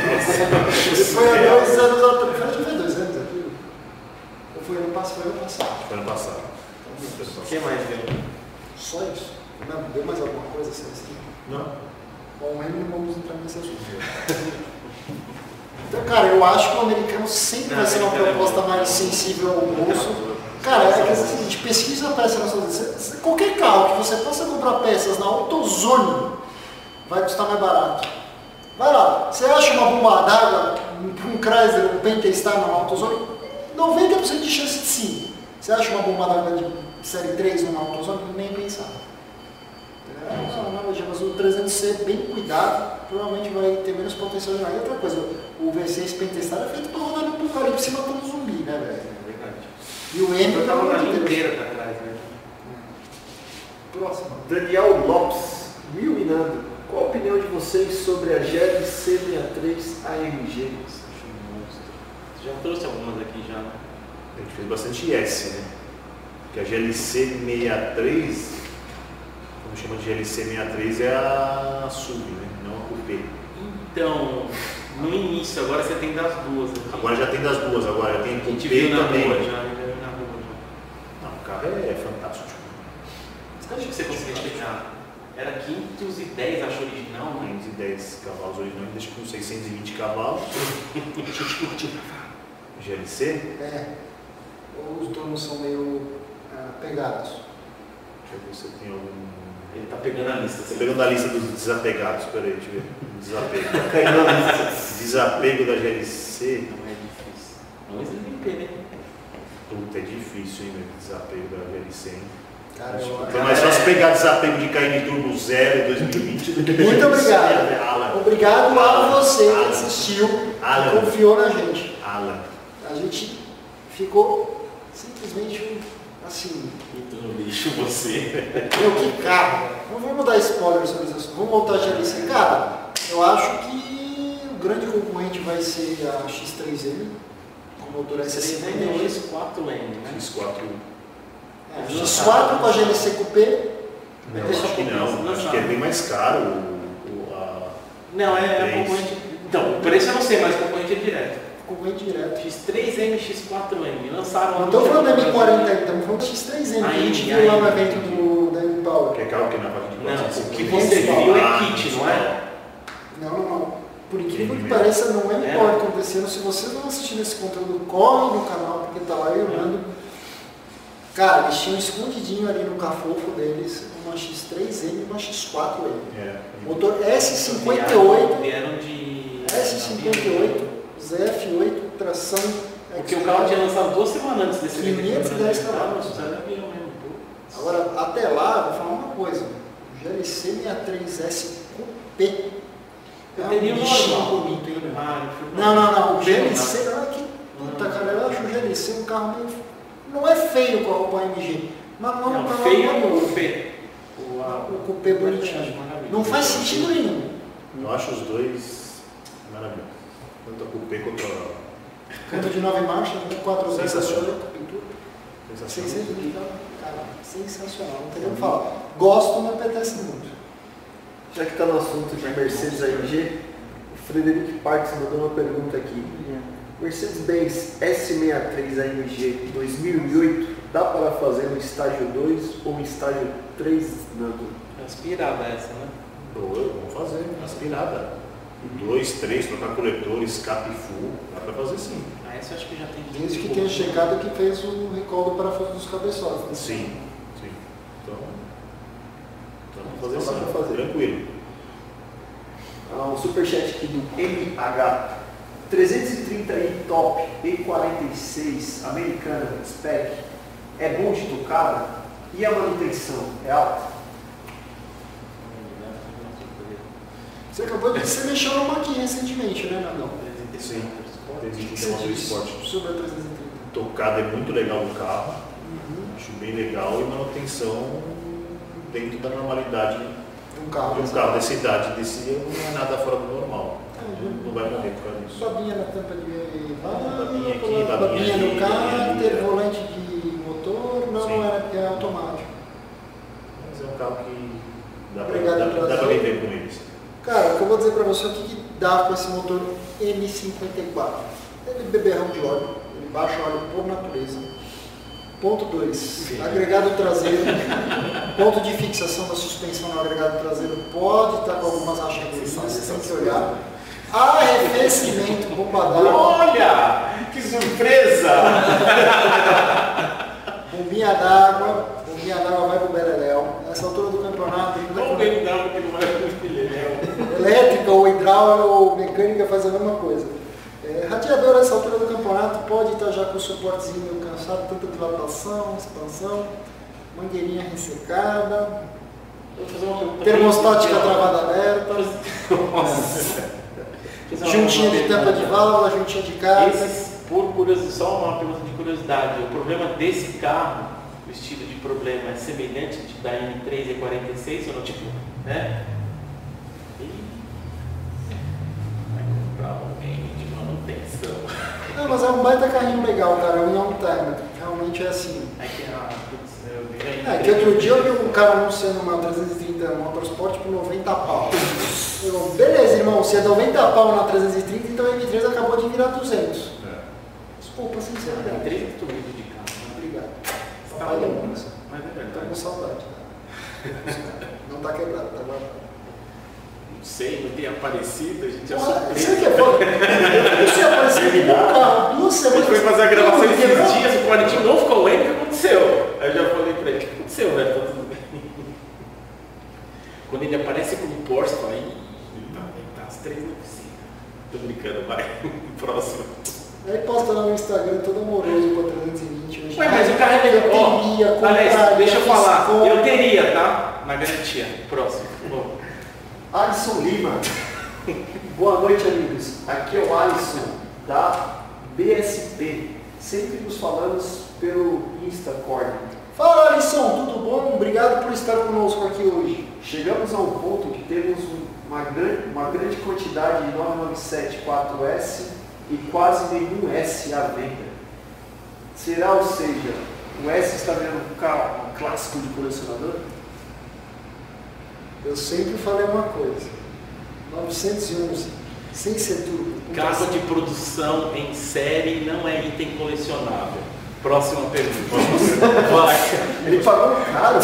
Foi há dois anos atrás. Foi, foi dois anos aquilo? Ou foi ano passado? Foi ano passado. Foi ano passado. O que mais deu? Só isso. Não, deu mais alguma coisa assim? assim? Não. Bom, mesmo não vamos entrar nesse assunto. Então, cara, eu acho que o americano sempre vai ser uma proposta mais sensível ao bolso. Cara, é que é o seguinte, pesquisa peça na sua vida. Qualquer carro que você possa comprar peças na AutoZone vai custar mais barato. Vai lá, você acha uma bomba d'água, um Chrysler, um Pentestar na AutoZone? noventa por cento de chance de sim. Você acha uma bomba d'água de série três numa AutoZone? Nem pensar. É uma analogia, mas o trezentos C, bem cuidado, provavelmente vai ter menos potencial de nada. E outra coisa, o V seis Pentestar é feito para rodar no apocalipse matando zumbi, né, velho? É verdade. E o M Eu tava pelo na amor de linha Deus. inteira pra trás, né? Próximo. Daniel Lopes, Will e Nando, qual a opinião de vocês sobre a G L C sessenta e três A M G? Acho um monstro. Você já trouxe algumas aqui já, né? A gente fez bastante S, né? Porque a G L C sessenta e três, como chama de G L C sessenta e três, é a S U V, né? Não a Coupé. Então, no início, agora você tem das duas aqui. Agora já tem das duas, agora já tem a gente Coupé viu na também. rua já, ainda viu na rua já. Não, o carro é fantástico. Você acha que você conseguia chegar? Era quinhentos e dez, acho original, né? quinhentos e dez cavalos originais, deixa com seiscentos e vinte cavalos. G L C? É, os donos são meio ah, pegados. Deixa eu ver se tem algum. Ele tá pegando a lista. Você assim. pegando a lista dos desapegados, peraí, deixa eu ver. Desapego. Caindo na lista. Desapego da G L C. Não é difícil. Não é M P, né? Puta, é difícil, hein, meu, desapego da G L C, hein? Cara, eu, Foi mais fácil pegar desapego de K N Turbo Zero em dois mil e vinte do que muito obrigado. Alan. Obrigado a você que Alan. assistiu Alan. e confiou na gente. Alan. A gente ficou simplesmente assim. Muito no lixo você. Meu, que carro. Não vamos dar spoiler sobre isso. Vamos voltar a G L C. Cara, eu acho que o grande concorrente vai ser a X três M, com motor S cinquenta e oito. X quatro M, né? X quatro. É, X quatro com a G L C Coupé. Não, acho que não. Acho que é bem mais caro. O, o, a, não, é, é concorrente. Então, o preço eu não sei, mas o concorrente é direto. Concorrente direto. X três M e X quatro M. Lançaram. Não estou falando da M quarenta, estamos falando do X três M, que a gente viu lá no evento do, da M Power. Que é carro que na parte de quatrocentos e cinquenta. Não, o que você viu é kit, não é? Não, não, não. Por incrível que pareça, não é M Power acontecendo. Se vocês não assistiram esse conteúdo, corre no canal, porque tá lá eu ando. Cara, eles tinham escondidinho ali no cafofo deles uma X três M e uma X quatro M. É. Motor S cinquenta e oito. Vieram de. S cinquenta e oito, Z F oito, tração. Porque o carro tinha lançado duas semanas antes desse quinhentos e dez cavalos. Agora, até lá, vou falar uma coisa. O G L C sessenta e três S Coupé. Eu teria um normal. Bonito, hein? Ah, não, não, não. O G L C, olha que puta, cara. Eu acho o G L C um carro meio. Não é feio com a roupa A M G. Mas não é um carro feio é bonito. o Coupé. O, a, o Coupé bonitinho. Não faz sentido nenhum. Eu acho os dois maravilhosos. Tanto a Coupé quanto a. Canto de nove marchas, quatro zero Sensacional. pintura. Sensacional. seiscentos mil, cara, sensacional. Não tem o que falar. Gosto, mas apetece muito. Já que está no assunto de Mercedes A M G, o Frederico Parques mandou uma pergunta aqui. Mercedes-Benz S sessenta e três A M G dois mil e oito, dá para fazer um estágio dois ou um estágio três Nando? Aspirada essa, né? Boa, vamos fazer. Aspirada. Dois, três, trocar coletor, escape full. Dá para fazer sim. Ah, essa eu acho que já tem. Desde que tenha checado que fez o recall do parafuso dos cabeçotes. Né? Sim, sim. Então, então vamos fazer Então dá sim. pra fazer. Tranquilo. Ah, um superchat aqui do M H. trezentos e trinta i Top E quarenta e seis americana spec é bom de tocar e a manutenção é alta? Você acabou de você mexeu no maquinha recentemente, né, Nandão? Sim. trezentos e Você trinta é disse esporte. sobre a trezentos e trinta. Tocada é muito legal no carro. Uhum. Acho bem legal e manutenção dentro da normalidade Um carro. de um carro dessa idade, desse ano, não é nada fora do normal. Uhum. Não vai morrer por causa disso. Babinha na tampa de Babinha aqui, válvula, babinha babinha no ali, cárter, babinha ali. volante de motor, não, Sim. não era porque é automático. Mas é um carro que dá Obrigado para pela dá, dá sua- pra viver com eles. Cara, o que eu vou dizer pra você é o que, que dá com esse motor M cinquenta e quatro. Ele beberrão de óleo, ele baixa óleo por natureza. Ponto dois, agregado traseiro, ponto de fixação da suspensão no agregado traseiro pode estar com algumas rachadurias, você tem que olhar. Arrefecimento, bomba d'água, Olha! Que surpresa! bombinha d'água, bombinha d'água vai pro beleléu. Nessa altura do campeonato, ainda Não com- bem dá porque não vai pro filho. elétrica ou hidráulica ou mecânica faz a mesma coisa. É, radiador nessa altura do campeonato pode estar já com o suportezinho meio cansado, tanta dilatação, expansão, mangueirinha ressecada, Vou fazer uma pergunta. termostática travada aberta, Nossa. juntinha de tampa de válvula, juntinha de carga. Esses, por curiosidade, só uma pergunta de curiosidade, o problema desse carro, o estilo de problema é semelhante da M três E quarenta e seis ou não? Tipo, né? E vai comprar alguém de manutenção. Não, mas é um baita carrinho legal, cara, um young timer. Realmente é assim. É que, ah, putz, eu vi aí. É, que outro dia eu vi um cara anunciando uma trezentos e trinta Motorsport por noventa pau. Eu, beleza, irmão, se é noventa pau na trezentos e trinta, então a M três acabou de virar duzentos. É. Desculpa, M sinceramente. três é muito bonito de carro, né? Obrigado. Tá Papai bom, lembra. mas é Tô verdade. com saudade. Tá? Não tá quebrado, tá guardado. Não sei, não tem aparecido, a gente já Porra, surpreende. Você quer falar? Você apareceu com um carro duas A gente semanas. foi fazer a gravação Não, quebrou. esses dias, o Valentim não ficou lendo, o que aconteceu? Aí eu já falei pra ele, o que aconteceu, velho? Tá tudo bem. Quando ele aparece com o Porsche, eu falei, ih, tá, tá as três na oficina. Tô brincando, vai. Próximo. Aí posta lá no Instagram todo amoroso com a trezentos e vinte. hoje. Ué, mas o carro é Eu legal. teria, Ó, aliás, compraria, deixa eu falar, fiscal. eu teria, tá? Na garantia. Próximo. Bom. Alisson Lima. Boa noite, amigos. Aqui é o Alisson, da B S P. Sempre nos falamos pelo Instacord. Fala, Alisson, tudo bom? Obrigado por estar conosco aqui hoje. Chegamos a um ponto que temos um uma grande, uma grande quantidade de nove nove sete quatro S e quase nenhum S à venda. Será, ou seja, o S está virando um carro, um clássico de colecionador? Eu sempre falei uma coisa, novecentos e onze, sem ser turbo. Carro de produção em série não é item colecionável. Próxima pergunta. Vai. Ele pagou caro.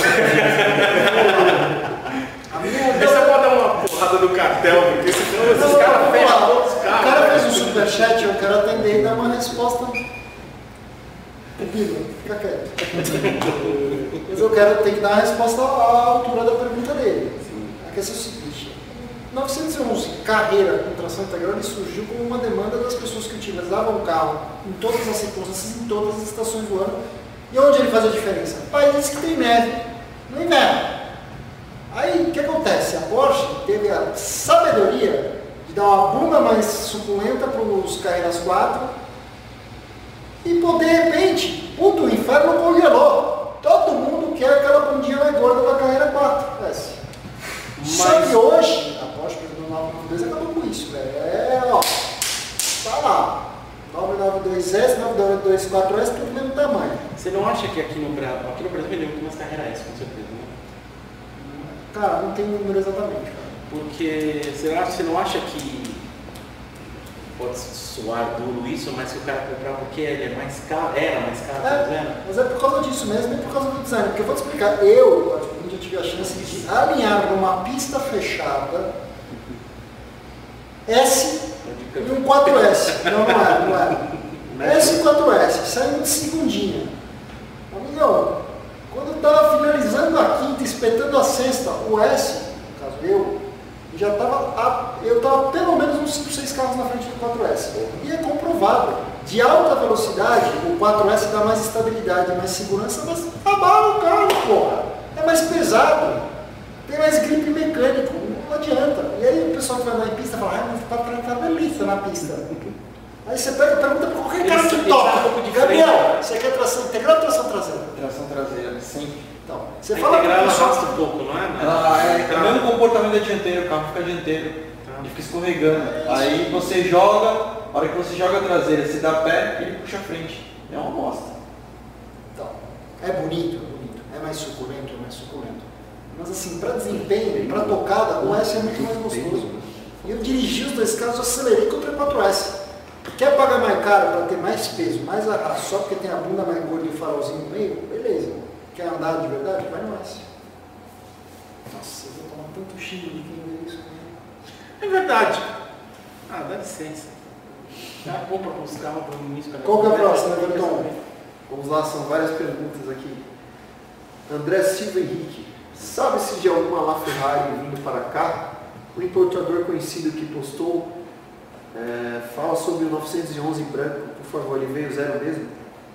A minha... Você pode dar uma porrada no cartel, porque senão esses caras fecham todos os carros. O cara fez um superchat, eu quero atender e dar uma resposta. Pupilo, fica quieto. Mas eu quero ter que dar a resposta à altura da pergunta dele. A questão é o seguinte, novecentos e onze, carreira com tração integral, ele surgiu como uma demanda das pessoas que utilizavam o carro em todas as circunstâncias, em todas as estações do ano. E onde ele faz a diferença? Países que tem neve no inverno. Aí, o que acontece? A Porsche teve a sabedoria de dar uma bunda mais suculenta para os Carreiras quatro e poder, de repente, puto, o inferno congelou. Todo mundo quer aquela bundinha mais gorda da Carreira quatro. É. Mas... Só que hoje, a Porsche do nove nove dois acabou com isso, velho. É, ó, tá lá. nove nove dois S, nove nove dois quatro S, tudo do mesmo tamanho. Você não acha que aqui no Brasil, aqui no Brasil ele tem umas Carreira S, com certeza, né? Cara, não tem número exatamente, cara. Porque você, acha, você não acha que pode soar duro isso, mas que o cara comprava porque ele é mais caro, era mais caro, é, tá dizendo? Mas é por causa disso mesmo e por causa do design. Porque eu vou te explicar, eu, particularmente, eu tive a chance de alinhar numa pista fechada S e um quatro S. Não, não era, não era. S e quatro S, saindo de segundinha. Amigão, quando eu estava finalizando a quinta, espetando a sexta, o S, no caso eu, já estava, eu estava pelo menos uns cinco, seis carros na frente do quatro S. E é comprovado. De alta velocidade, o quatro S dá mais estabilidade, mais segurança, mas abala o carro, porra. É mais pesado, tem mais gripe mecânico, não adianta. E aí o pessoal que vai andar em pista fala, ah, mas tá, tá, tá delícia na pista. Aí você pega e pergunta para qualquer cara que toca. Gabriel, você quer tração integral ou tração traseira? Tração traseira, sempre. Então, você a fala integral ela pessoa... arrasta um pouco, não é? Ela é o mesmo comportamento da dianteira, o carro fica dianteiro, ele fica escorregando. Aí você joga, a hora que você joga a traseira, você dá pé, ele puxa a frente. É uma bosta. Então, é bonito, é bonito. É mais suculento, é mais suculento. Mas assim, para desempenho, para tocada, o S é muito mais gostoso. E eu dirigi os dois carros, eu acelerei contra o quatro S. Quer pagar mais caro para ter mais peso, mais arrasto, só porque tem a bunda mais gorda e o farolzinho no meio? Beleza. Quer andar de verdade? Vai no S. Nossa, eu vou tomar tanto xingo de quem vê isso. É verdade. Ah, dá licença. Já compra com os carros para o início. Qual que é a próxima, Everton? Vamos lá, são várias perguntas aqui. André Silva Henrique. Sabe se de alguma LaFerrari vindo para cá? O importador conhecido que postou é, fala sobre o novecentos e onze branco, por favor, ele veio zero mesmo?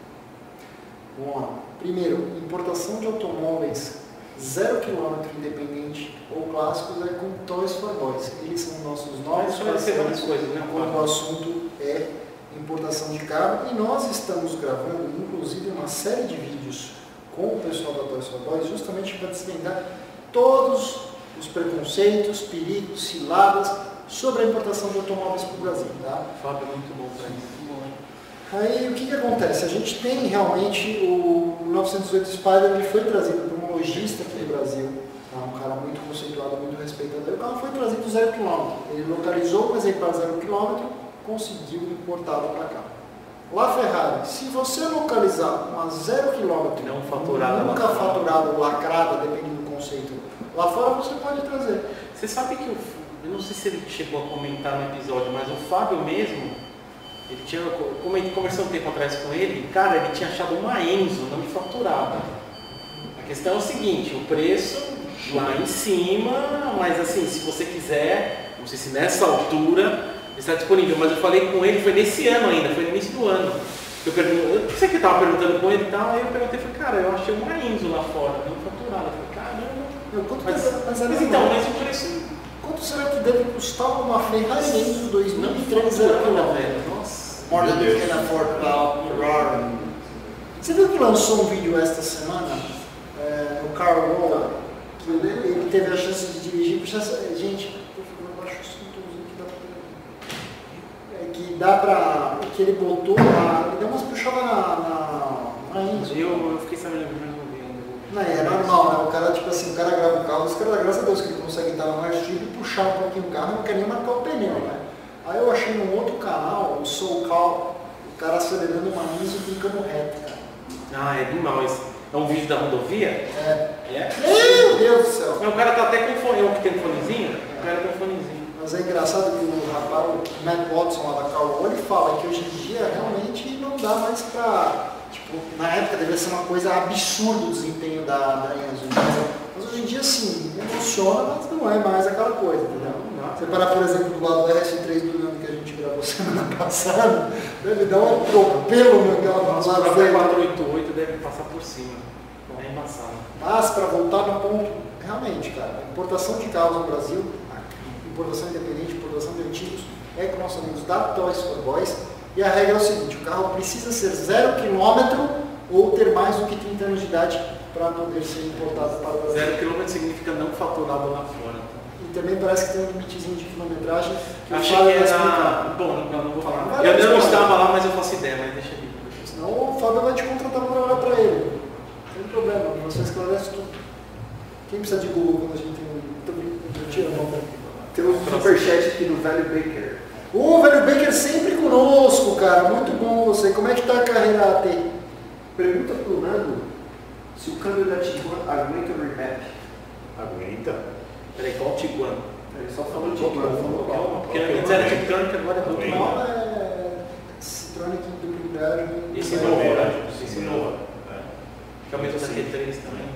Vamos lá. Primeiro, importação de automóveis zero quilômetro independente ou clássicos é com Toys for Boys. Eles são nossos novos parceiros coisas, né? quando o assunto é importação de carro. E nós estamos gravando, inclusive, uma série de vídeos com o pessoal da Toys for Boys, justamente para desvendar todos os preconceitos, perigos, ciladas sobre a importação de automóveis para o Brasil. Tá? O Fábio é muito bom para isso. Aí o que, que acontece? A gente tem realmente o novecentos e oito Spider, ele foi trazido por um lojista aqui no Brasil, tá? Um cara muito conceituado, muito respeitado. O carro foi trazido zero quilômetro. Ele localizou um exemplar zero quilômetro, conseguiu importá-lo para cá. LaFerrari, se você localizar uma zero quilômetro, não faturada, nunca lá faturada, lacrada, dependendo do conceito, lá fora você pode trazer. Você sabe que o, eu não sei se ele chegou a comentar no episódio, mas o Fábio mesmo, ele tinha, como ele conversou um tempo atrás com ele, cara, ele tinha achado uma Enzo não faturada. A questão é o seguinte, o preço lá em cima, mas assim, se você quiser, não sei se nessa altura está disponível, mas eu falei com ele, foi nesse ano ainda, foi no início do ano. Eu perguntei, eu não sei que eu estava perguntando com ele e tal, aí eu perguntei, falei, cara, eu achei uma Enzo lá fora, não faturada. Eu falei, caramba. Não, quanto mas, deve, mas, mas então, mas o preço. Quanto será que deve custar uma Ferrari Enzo dois mil e treze velho? Nossa. More than you can afford now. Você viu que lançou um vídeo esta semana, é, o Carl Wall, que ele teve a chance de dirigir, gente, dá pra... O que ele botou lá, ele deu umas puxadas na, na, na Enzo. Eu, eu fiquei sabendo, mas não vi ainda. Não, é normal, né? O cara, tipo assim, o cara grava o carro, os caras, graças a Deus que ele consegue entrar no airstrip e puxar um pouquinho o carro, não quer nem marcar o pneu, né? Aí eu achei num outro canal, o Soul Cal, o cara acelerando uma Enzo brincando reto, cara. Ah, é demais. É um vídeo da rodovia? É. É? Meu Deus do céu! Mas o cara tá até com fone, eu que tem um fonezinho, o cara tem um fonezinho. Mas é engraçado que o rapaz, o Matt Watson lá da Cal, ele fala que hoje em dia realmente não dá mais pra... Tipo, na época deveria ser uma coisa absurda o desempenho da, da Enzo. Mas hoje em dia, sim, emociona, mas não é mais aquela coisa, entendeu? Você parar, por exemplo, do lado do R S três do ano que a gente gravou semana passada, deve dar um atropelo naquela Nossa, o próprio quatrocentos e oitenta e oito deve passar por cima. É embaçado. Mas, para voltar no ponto, realmente, cara, a importação de carros no Brasil, a importação independente, importação de antigos, é com nossos amigos da Toys for Boys. E a regra é o seguinte, o carro precisa ser zero quilômetro ou ter mais do que trinta anos de idade para poder ser importado para o Brasil. Zero quilômetro significa não faturado lá fora. E também parece que tem um limitezinho de quilometragem que Achei o Fábio que vai era... explicar. Bom, não, não vou falar. Vai Eu, eu não explicar. estava lá, mas eu faço ideia, mas deixa ali. Senão o Fábio vai te contratar para trabalhar para ele. Não tem problema, você esclarece tudo. Quem precisa de Google quando a gente tem um... Tira a mão daqui. Tem um superchat aqui do Velho Baker. Ô, Velho Baker sempre conosco, cara. Muito bom você. Como é que tá a carreira A T? Pergunta pro Nando se o câmbio da Tiguan aguenta o remap. Aguenta. Peraí, qual o Tiguan? Ele só falou Tiguan, falou qual. Porque antes era Tiptronic, agora é Aguenta. Não, é Citronic duplo embreagem. Esse é novo, Verdade, né? sim, Esse sim. novo. É. Que é o mesmo da Q três também.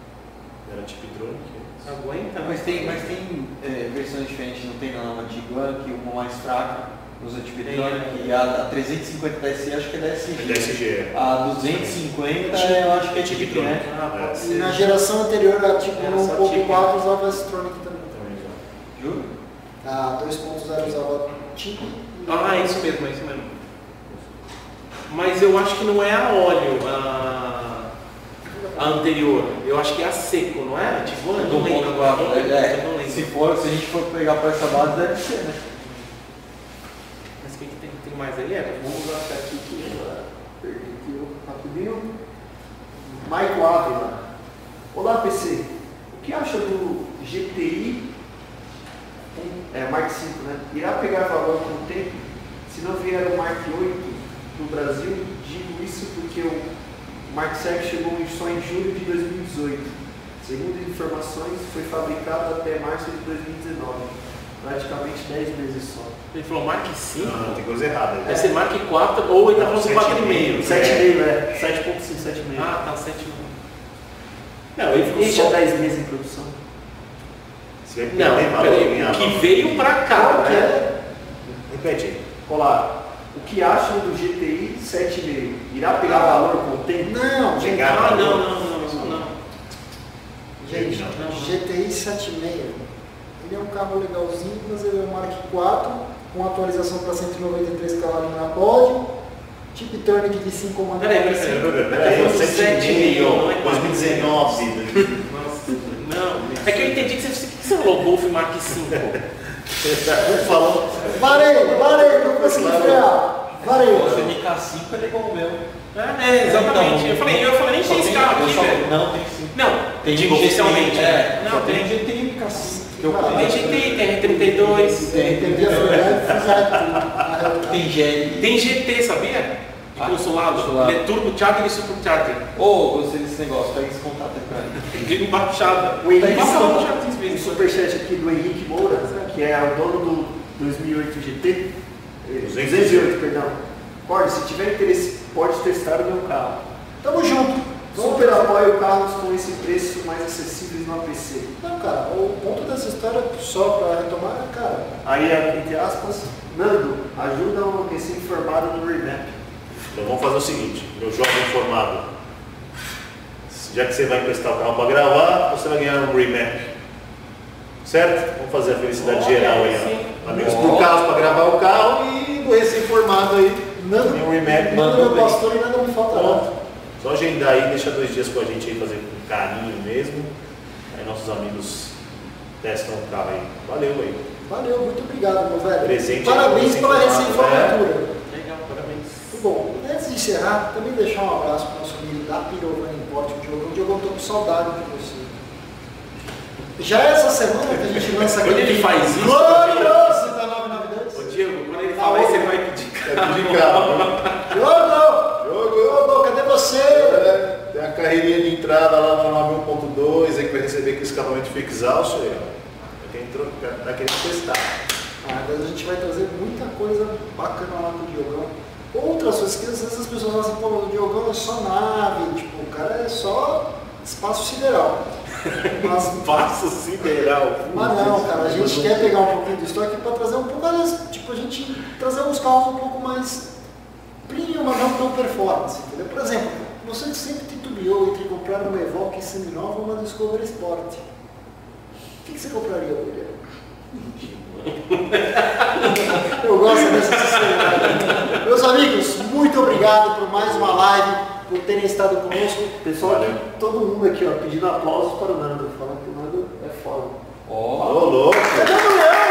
Era Tiptronic. Aguenta? Mas tem, mas tem é, versões diferentes, não tem na Tiguan, que uma mais fraca usa Tiptronic, e a, a trezentos e cinquenta da S I acho que é da S É G. da S G. A duzentos e cinquenta eu acho que é Tip, Tiptronic. né? Ah, pode É. E ser. na geração anterior, a tipo Era só um ponto quatro Tip. usava Citronic também. Também já. Juro? A dois ponto zero usava Tip. Ah, é isso mesmo, é isso mesmo. Mas eu acho que não é a óleo, a, a anterior. Eu acho que é a seco, não é? Tipo, eu não lembro agora. não lembro, eu não É, lembro. se, for, se a gente for pegar para essa base, deve ser, né? Mas o que, que tem, tem mais aí? É? Vamos lá até aqui que eu perdi aqui o rapidinho. Michael Ávila. Olá, P C. O que acha do G T I é, Mark cinco, né? Irá pegar valor com o tempo? Se não vier o Mark oito no Brasil, digo isso porque o Mark sete chegou só em julho de dois mil e dezoito. Segundo informações, foi fabricado até março de dois mil e dezenove. Praticamente dez meses só. Ele falou Mark cinco? Não, tem coisa errada. Deve ser Mark quatro ou ele tá falando do quatro vírgula cinco. sete vírgula cinco, é. sete ponto cinco, sete vírgula cinco. Ah, tá, sete vírgula cinco. Não, ele ficou Ele só já- dez meses em produção. Você vai Não, perder valor, peraí, minha o que mão. veio pra cá, Qual que né? é? Repete. Olá, o que acham do G T I sete vírgula cinco? Irá pegar valor com o tempo? Não, gente. Pegar Ah, valor. não, não, não, não, não. Gente, Não, não. G T I setenta e seis, ele é um carro legalzinho, mas ele é um Mark quatro, com atualização para cento e noventa e três cavalos na pod, Tiptronic de cinco comandos. Peraí, peraí, peraí. Peraí, Peraí, peraí, o sete e meio, não é dois mil e dezenove. Nossa, não. É que eu entendi que você, que você falou Golf Mark cinco. Falou. Varei, varei, não consegui frear. Varei. O M K cinco é igual o meu. É, exatamente. Eu falei, eu falei, nem Só tem esse tem- carro eu aqui, só- velho. Não, tem sim. Não, Tem digo G T I, oficialmente. É, Não, só tem tem. G T I M K cinco. Que eu Ah, Tem G T I, tem R trinta e dois. Entendi a verdade, fiz a- Tem G L. Tem G T, sabia? De Ah, consulado. consulado. Ele é turbocharger e supercharger. Ô, gostei desse negócio, pega esse contato aí pra mim. Tem embaixada. O Henrique, Passa lá no chat um vezes. superchat aqui do Henrique Moura, que é o dono do dois mil e oito G T. eh, duzentos duzentos e oito, perdão. Cord, se tiver interesse, pode testar o meu carro. Tamo junto. Super apoio carros com esse preço mais acessíveis no A P C. Não, cara, o ponto dessa história, só para retomar, é, cara, Aí, entre aspas, Nando, ajuda o recém-formado no remap. Então vamos fazer o seguinte, meu jovem formado. Já que você vai emprestar o carro para gravar, você vai ganhar um remap. Certo? Vamos fazer a felicidade Olha, geral aí, sim. ó. Amigos por carros para gravar o carro e do recém-formado aí. Nando, Meu remap. Nando mandou meu bem. pastor e nada me falta nada. Pronto. Só agendar aí, deixa dois dias com a gente aí, fazer com carinho mesmo. Aí nossos amigos testam o carro aí. Valeu aí. Valeu, muito obrigado, meu velho. Presente, parabéns presente, pela né? recém-formatura. Legal, parabéns. Muito bom. Antes de encerrar, também deixar um abraço para o nosso amigo da Pirovani Import, o Diogo. O Diogo, eu estou com saudade de você. Já é essa semana que a gente lança aqui. Quando ele faz isso, glorioso da nove nove dois. Ô Diego, quando ele fala isso, ele vai pedir É pedir carro. Diogo! Diogo, cadê você? É, tem a carreirinha de entrada lá no nove um ponto dois, aí que vai receber aquele escapamento fica exausto aí, ó. Quem entrou, tá querendo testar. Ah, a gente vai trazer muita coisa bacana lá com o Diogão. Outras coisas que às vezes as pessoas falam assim, pô, o Diogão é só nave, tipo, o cara é só espaço sideral. Mas, Espaço sideral. mas não, cara, a gente quer pegar um pouquinho do estoque para trazer um pouco, aliás, tipo, a gente trazer uns carros um pouco mais premium, mas não tão performance, entendeu? Por exemplo, você que sempre titubeou entre comprar uma Evoque semi-nova ou uma Discovery Sport. O que, que você compraria, William? Eu gosto dessa sinceridade. Meus amigos, muito obrigado por mais uma live, por terem estado conosco. Pessoal, aqui, todo mundo aqui, ó, pedindo aplausos para o Nando, falando que o Nando é foda. Ó, oh, louco! Cadê o Leão?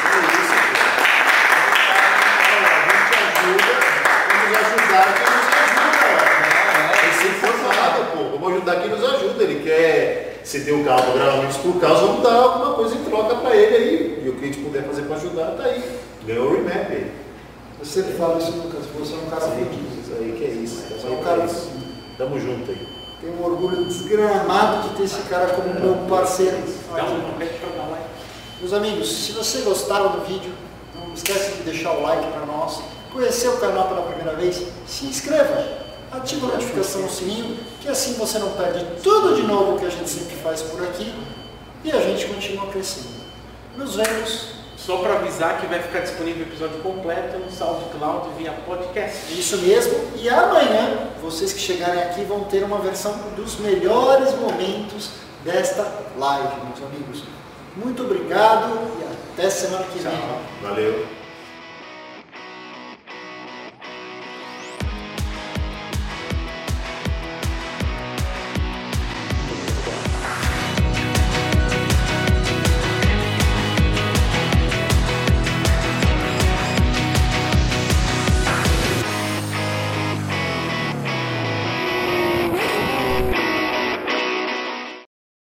Ajudar quem nos ajuda. É sempre formado, pô. Vamos ajudar quem nos ajuda. Ele quer ceder o carro para gravar vídeos por causa, vamos dar alguma coisa em troca para ele aí. E o que a gente puder fazer para ajudar, tá aí. Ganhou o remap aí. Eu sempre falo isso, Lucas, você é um cara fodido. Isso aí que é isso. Você é um cara isso. Tamo junto aí. Tenho um orgulho desgramado de ter esse cara como meu parceiro. Dá um pé de jogar lá. Meus amigos, se você gostaram do vídeo, não esquece de deixar o like para nós. Conheceu o canal pela primeira vez? Se inscreva, ativa a notificação no sininho, que assim você não perde tudo de novo que a gente sempre faz por aqui e a gente continua crescendo. Nos vemos. Só para avisar que vai ficar disponível o episódio completo no SoundCloud via podcast. Isso mesmo, e amanhã, vocês que chegarem aqui vão ter uma versão dos melhores momentos desta live, meus amigos. Muito obrigado e até semana que vem. Valeu.